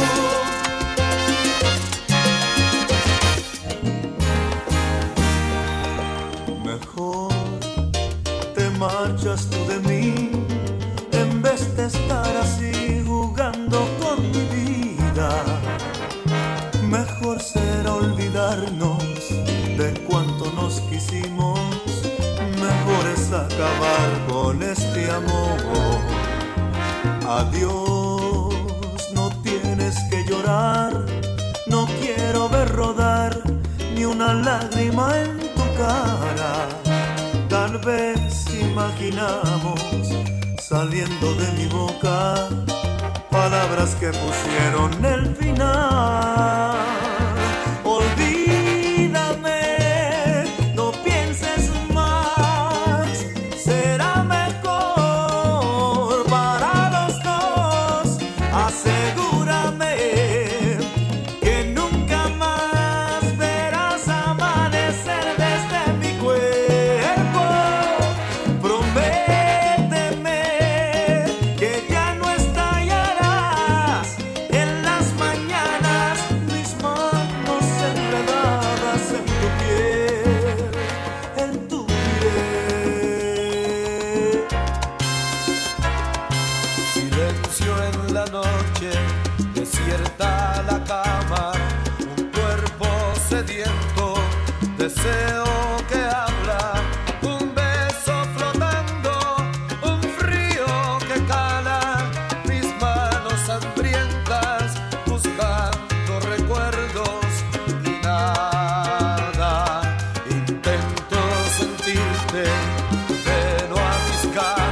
Speaker 3: Mejor te marchas tú de mí en vez de estar así jugando con mi vida. Mejor será olvidarnos de cuánto nos quisimos. Mejor es acabar con este amor. Adiós, no tienes que llorar. No quiero ver rodar ni una lágrima en tu cara. Tal vez imaginamos saliendo de mi boca palabras que pusieron el final. Olvídame, no pienses más, será mejor para los dos. Asegúrame que nunca más verás amanecer desde mi cuerpo. Prométeme que ya no estallarás en las mañanas mis manos enredadas en tu piel, en tu piel. Silencio en la noche, desierta la cama, un cuerpo sediento, deseo que habla, un beso flotando, un frío que cala, mis manos hambrientas buscando recuerdos y nada. Intento sentirte, pero a mis caras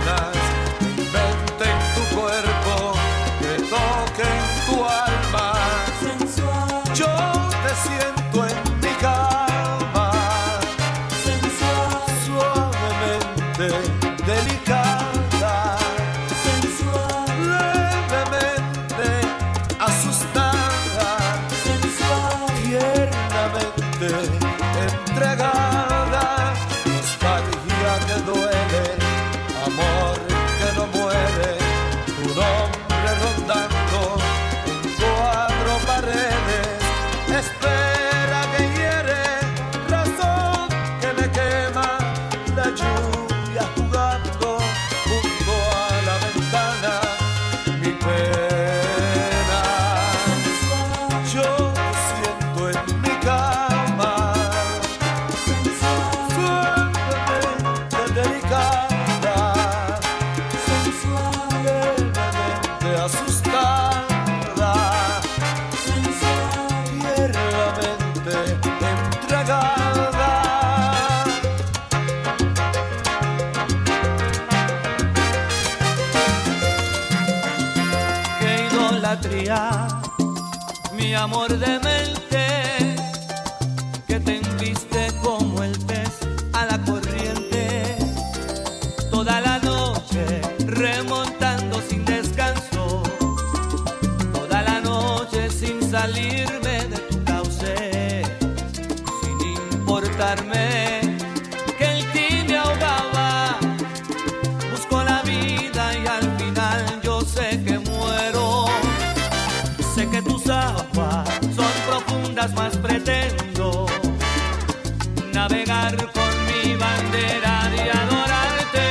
Speaker 7: idolatría, mi amor demente, que te embiste como el pez a la corriente, toda la noche remontando sin descanso, toda la noche sin salirme de tu cauce, sin importarme que el ti me ahogaba. Busco la vida y al final yo sé que muero. Sé que tus aguas son profundas, más pretendo navegar con mi bandera y adorarte.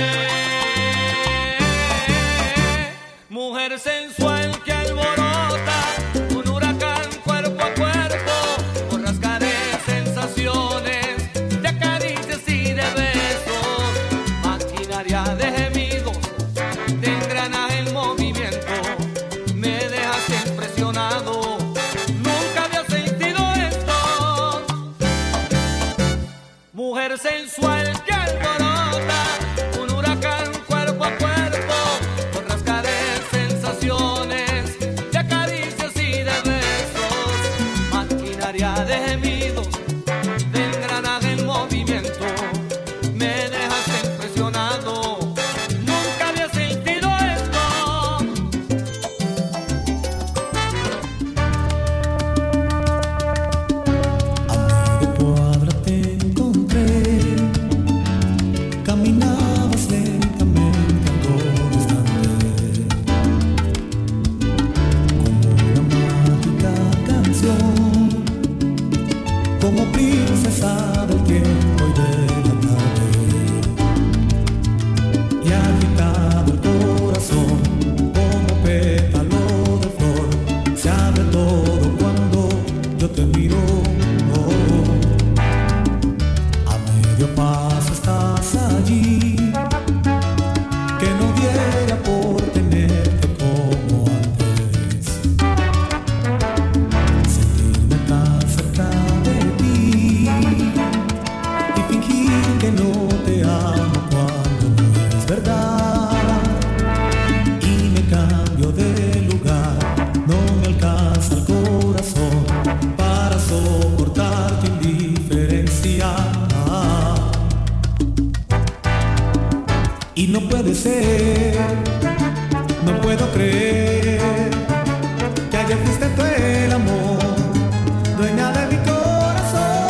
Speaker 7: Mujer sensual que alborota un huracán cuerpo a cuerpo, borrascaré sensaciones de caricias y de besos, maquinaria de gemidos, de engranaje en movimiento, me dejaste impresionado, nunca había sentido esto. Mujer sensual que alborota un huracán cuerpo a cuerpo, borrascaré sensaciones de caricias y de besos, maquinaria de gemidos, de engranaje en movimiento, me dejaste impresionado, nunca había sentido esto.
Speaker 10: A media cuadra te encontré, caminabas lentamente a todo instante, como una mágica canción, como princesa del tiempo y de la tarde, y agitado el corazón como pétalo de flor, se abre todo cuando yo te miro. A medio paso estás allí, que no diera por tenerte como antes, sentirme tan cerca de ti y fingir que no te amo cuando no es verdad, y me cambio de lugar, no me alcanza el corazón para soportar tu indiferencia. Y no puede ser, no puedo creer que ayer fuiste tú el amor, dueña de mi corazón.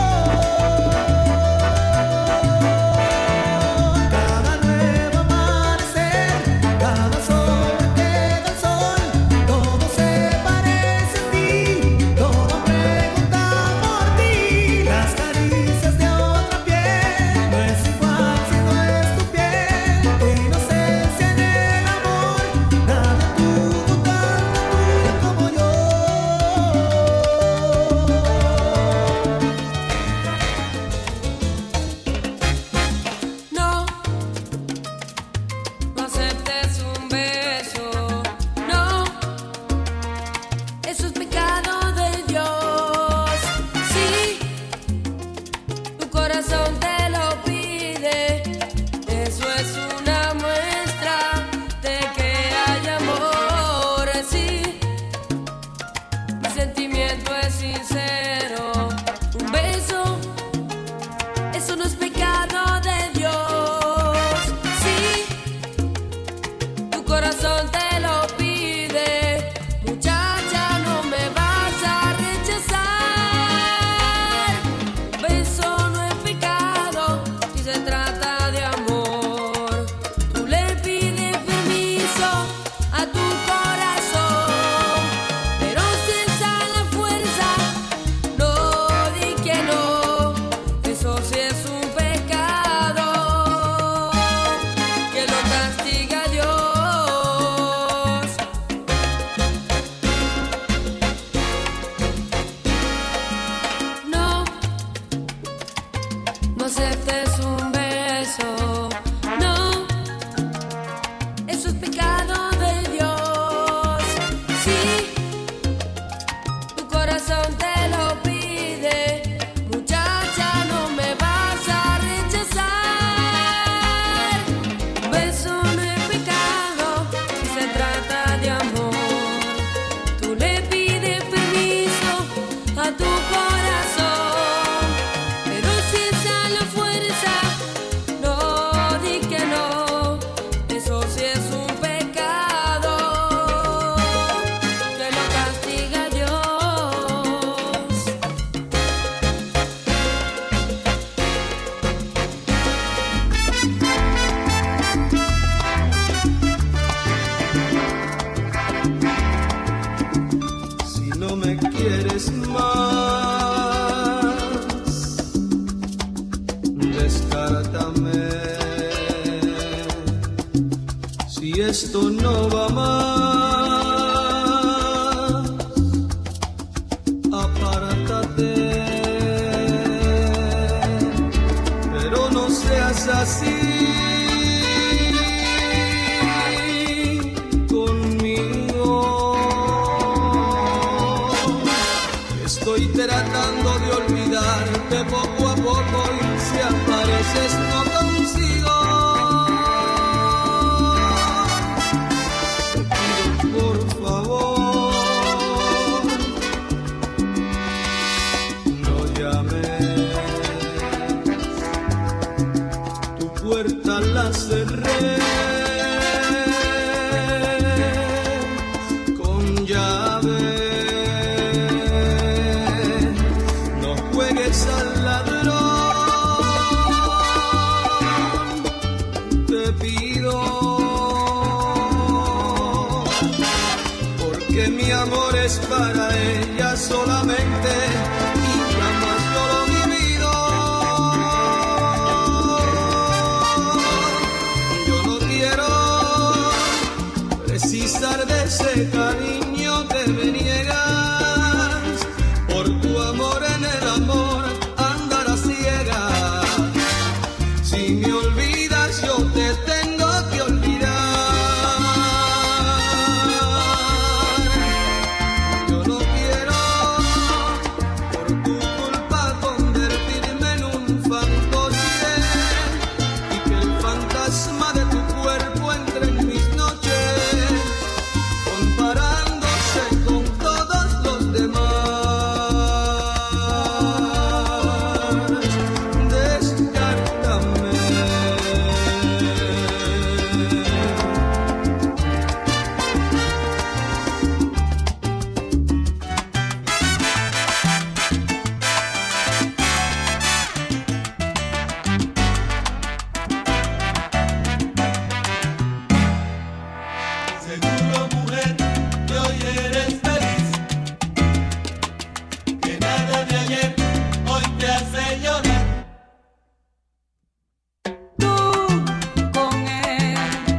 Speaker 10: Cada nuevo amanecer, cada sol que da el sol, todo se parece a ti, todo pregunta por ti. Las caricias de otra piel no es igual si no es tu piel, tu inocencia en el amor, nada tuvo
Speaker 4: esto no va más. Apártate, pero no seas así conmigo. Estoy tratando de olvidarte poco a poco y si apareces no consigo. La cerré con llave. No juegues al ladrón, te pido, porque mi amor es para ella solamente y jamás yo lo he vivido. Precisar de ese cariño que me niegas, por tu amor en el amor andar a ciegas. Si me olvidas yo te tengo que olvidar. Yo no quiero por tu culpa convertirme en un fantoche y que el fantasma de tu cuerpo entre en mis noches, comparándose con todos los demás. Descártame.
Speaker 6: Seguro, mujer, que hoy eres feliz, que nada de ayer hoy te hace llorar.
Speaker 8: Tú con él,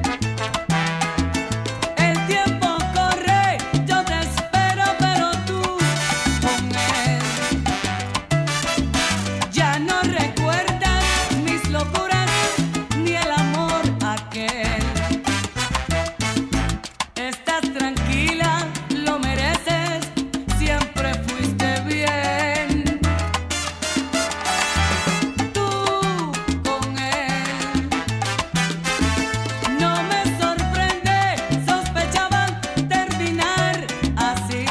Speaker 8: el tiempo corre, yo te espero, pero tú con él, ya no recuerdas mis locuras ni el amor aquel. Estás tranquila, lo mereces, siempre fuiste bien. Tú con él, no me sorprende, sospechaban terminar así.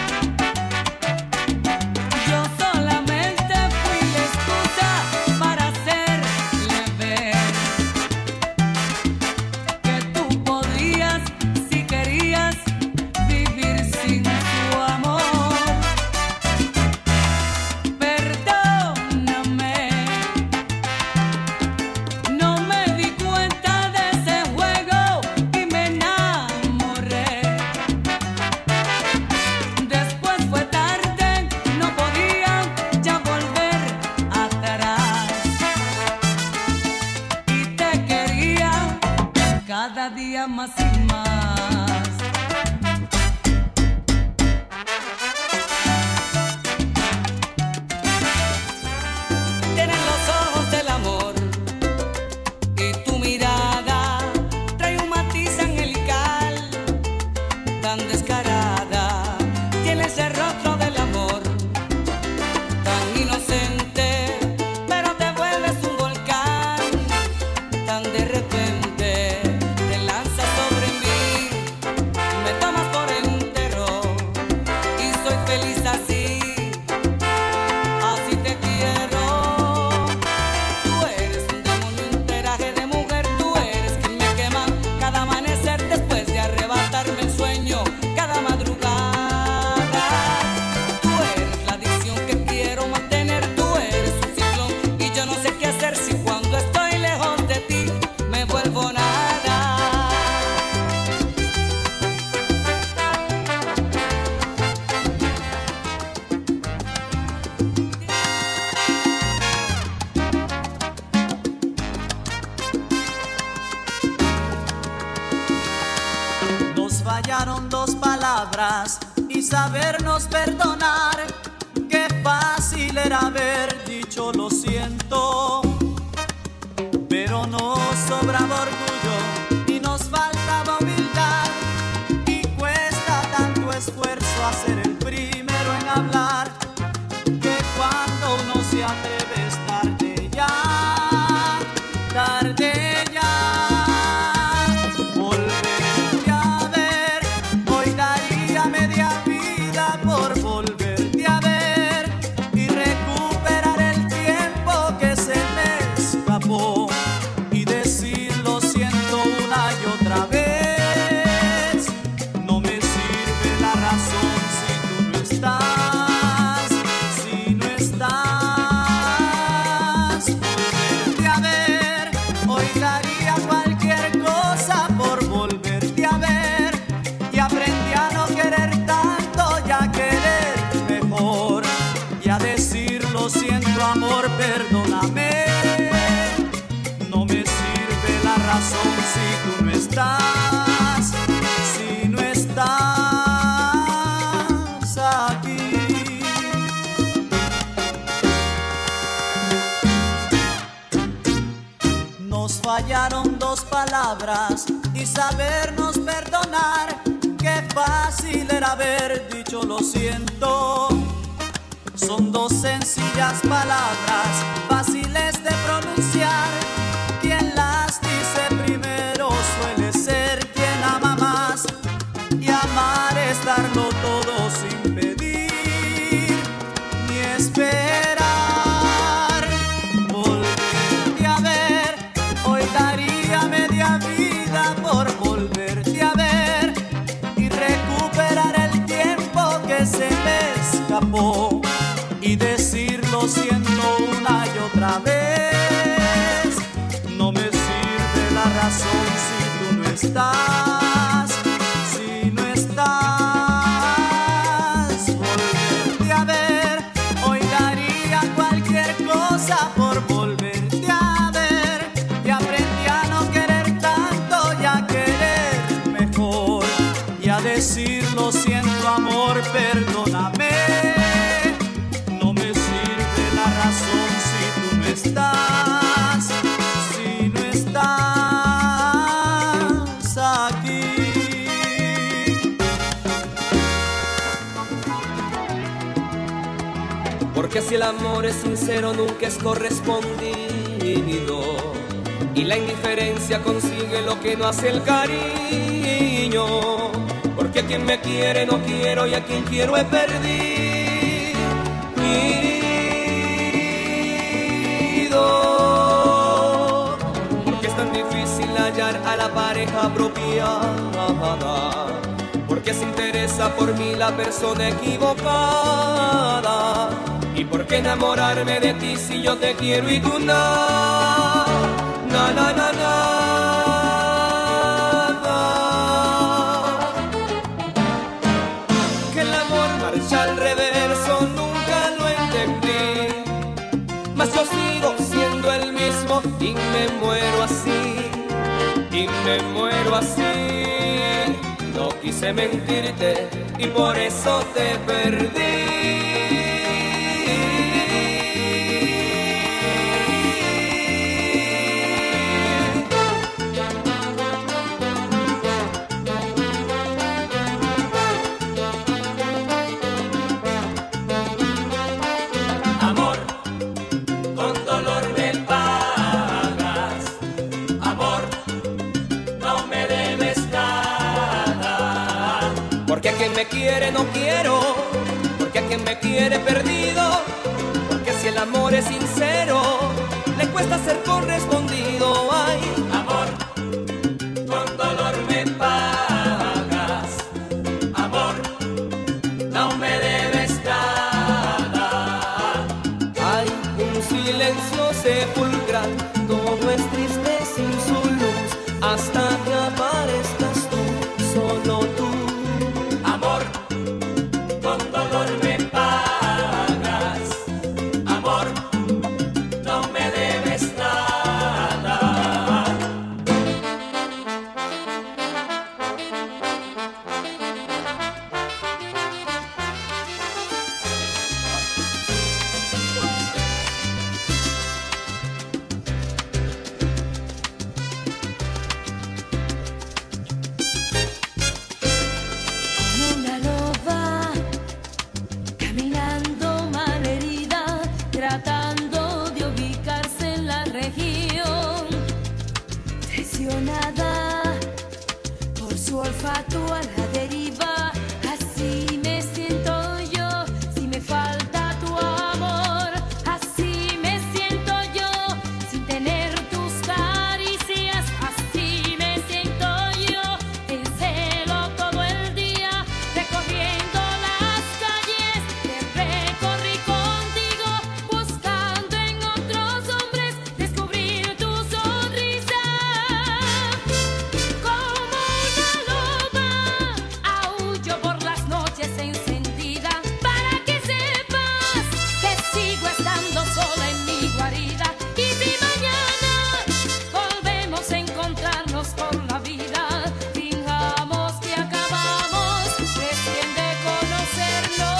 Speaker 8: Yo solamente fui la excusa para hacerle ver que tú podías, si querías, vivir sin su amor. Perdóname, no me di cuenta de ese juego y me enamoré. Después fue tarde, no podía ya volver atrás y te quería cada día más y más. Tienes los ojos del amor y tu mirada trae un matiz angelical tan descarada. Tienes el rostro del amor tan inocente, pero te vuelves un volcán tan de repente, te lanzas sobre mí.
Speaker 7: fallaron dos palabras y sabernos perdonar. Qué fácil era haber dicho lo siento, pero nos sobraba orgullo y nos faltaba humildad, y cuesta tanto esfuerzo hacer el primero en hablar, que cuando uno se atreve es tarde ya, tarde ya. Volverte a ver, hoy daría media vida por volverte a ver y recuperar el tiempo que se me escapó y decir lo siento una y otra vez. No me sirve la razón si tú no estás, si no estás. Volverte a ver, hoy daría cualquier cosa por volverte a ver, y aprendí a no querer tanto y a querer mejor, y a decir lo siento amor, perdóname. No me sirve la razón si tú no estás, si no estás aquí. Nos fallaron dos palabras y sabernos perdonar. Qué fácil era haber dicho lo siento. Son dos sencillas palabras, fáciles de pronunciar. Quien las dice primero suele ser quien ama más, y amar es darlo todo sin pedir ni esperar. Volverte a ver, hoy daría media vida por volverte a ver y recuperar el tiempo que se me escapó, y decir lo siento una y otra vez. No me sirve la razón si tú no estás, si no estás. Volverte a ver, hoy daría cualquier cosa por volverte a ver, y aprendí a no querer tanto y a querer mejor, y a decir lo siento amor, perdóname. No me sirve la razón si tú no estás, si no estás aquí.
Speaker 2: Porque si el amor es sincero nunca es correspondido, y la indiferencia consigue lo que no hace el cariño. Porque a quien me quiere no quiero, y a quien quiero he perdido. Porque es tan difícil hallar a la pareja apropiada, porque se interesa por mí la persona equivocada. Y por qué enamorarme de ti si yo te quiero y tú no, no, no, no, no. Al reverso nunca lo entendí, mas yo sigo siendo el mismo y me muero así, y me muero así. No quise mentirte y por eso te perdí. Porque a quien me quiere no quiero, porque a quien me quiere perdido. Porque si el amor es sincero, le cuesta ser correspondido. Ay, amor, con dolor me pagas. Amor, no me debes nada. Hay un silencio sepulcral, todo es triste sin su luz, hasta que aparezcas tú, solo tú. Amor, con dolor me pagas. Amor, no me debes nada.
Speaker 11: olfato a la deriva, así me siento yo. Si me falta tu amor, así me siento yo. Sin tener tus caricias, así me siento yo. En celo todo el día, recorriendo las calles que recorrí contigo, buscando en otros hombres descubrir tu sonrisa. Como una loba, aúllo por las noches encendida, para que sepas que sigo estando sola en mi guarida. Y si mañana volvemos a encontrarnos por la vida, fijamos que acabamos recién de conocernos.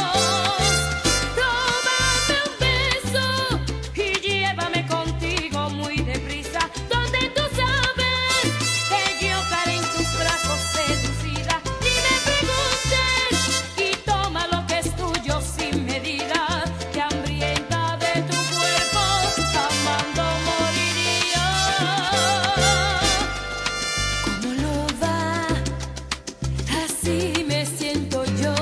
Speaker 11: Róbame un beso y llévame contigo muy deprisa, donde tú sabes que yo caeré en tus brazos seducida. Ni me preguntes y toma lo que es tuyo sin medida, que hambrienta de tu cuerpo, amando moriría. Como loba, así me siento yo.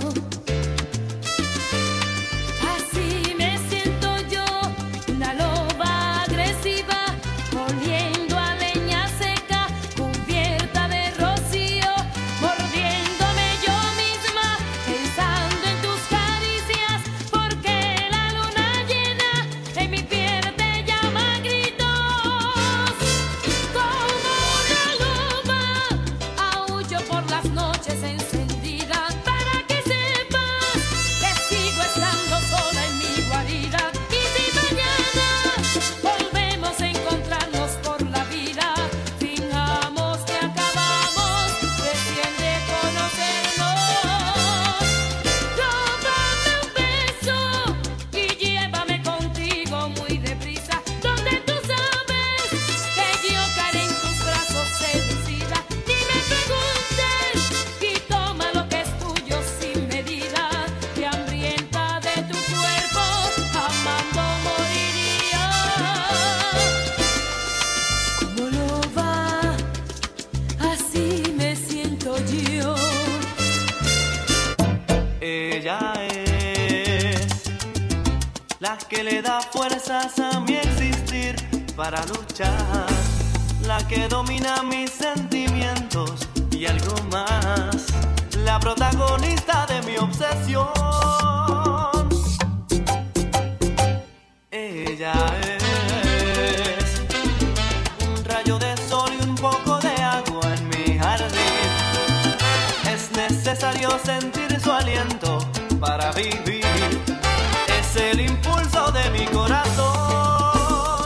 Speaker 11: Así me siento yo, una loba agresiva, oliendo a leña seca, cubierta de rocío, mordiéndome yo misma, pensando en tus caricias, porque la luna llena en mi piel te llama a gritos. Como una loba, aúllo por las noches encendida, para que sepas que sigo estando sola en mi guarida. Y si mañana volvemos a encontrarnos por la vida, fijamos que acabamos recién de conocernos. Róbame un beso y llévame contigo muy deprisa, donde tú sabes que yo caeré en tus brazos seducida. Ni me preguntes y toma lo que es tuyo sin medida, que hambrienta de tu cuerpo, amando moriría. Como loba, así me siento yo.
Speaker 1: Ella es la que le da fuerzas a mi existir para luchar, la que domina mis sentimientos y algo más, la protagonista de mi obsesión. Ella es un rayo de sol y un poco de agua en mi jardín. Es necesario sentir su aliento para vivir. Es el impulso de mi corazón.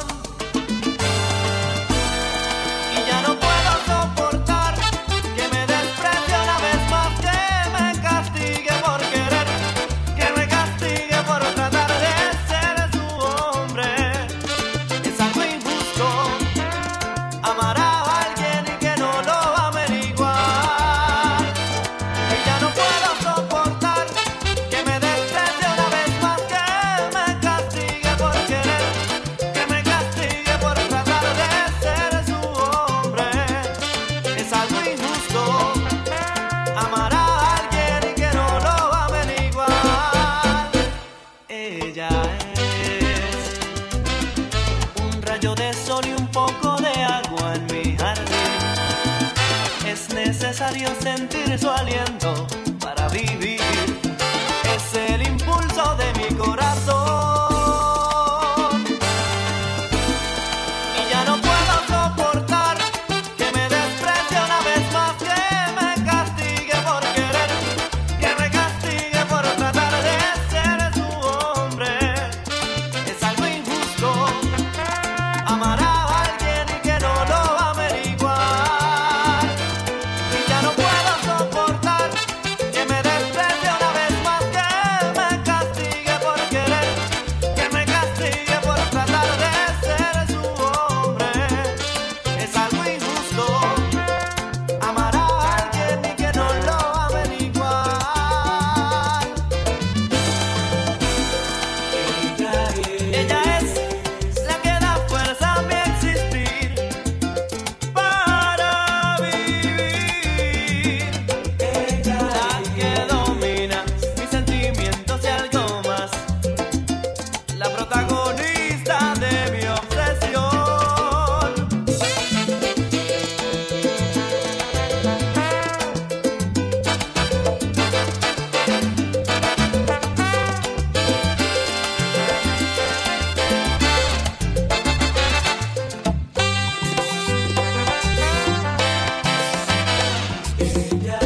Speaker 1: Y ya no puedo soportar que me desprecie una vez más, que me castigue por querer, que me castigue por tratar de ser su hombre. Es algo injusto amar a alguien y que no lo amen igual. Y ya no puedo soportar que me desprecie una vez más, que me castigue por querer, que me castigue por tratar de ser su hombre. Es algo injusto amar a alguien y que no lo amen igual. Ella es un rayo de sol y un poco de agua en mi jardín. Es necesario sentir su aliento para vivir. Es el impulso de mi corazón. Y ya no puedo soportar que me desprecie una vez más, que me castigue por querer, que me castigue por tratar de ser su hombre. Es algo injusto amar a alguien y que no lo amen igual. Y ya no puedo soportar que me desprecie
Speaker 12: ella.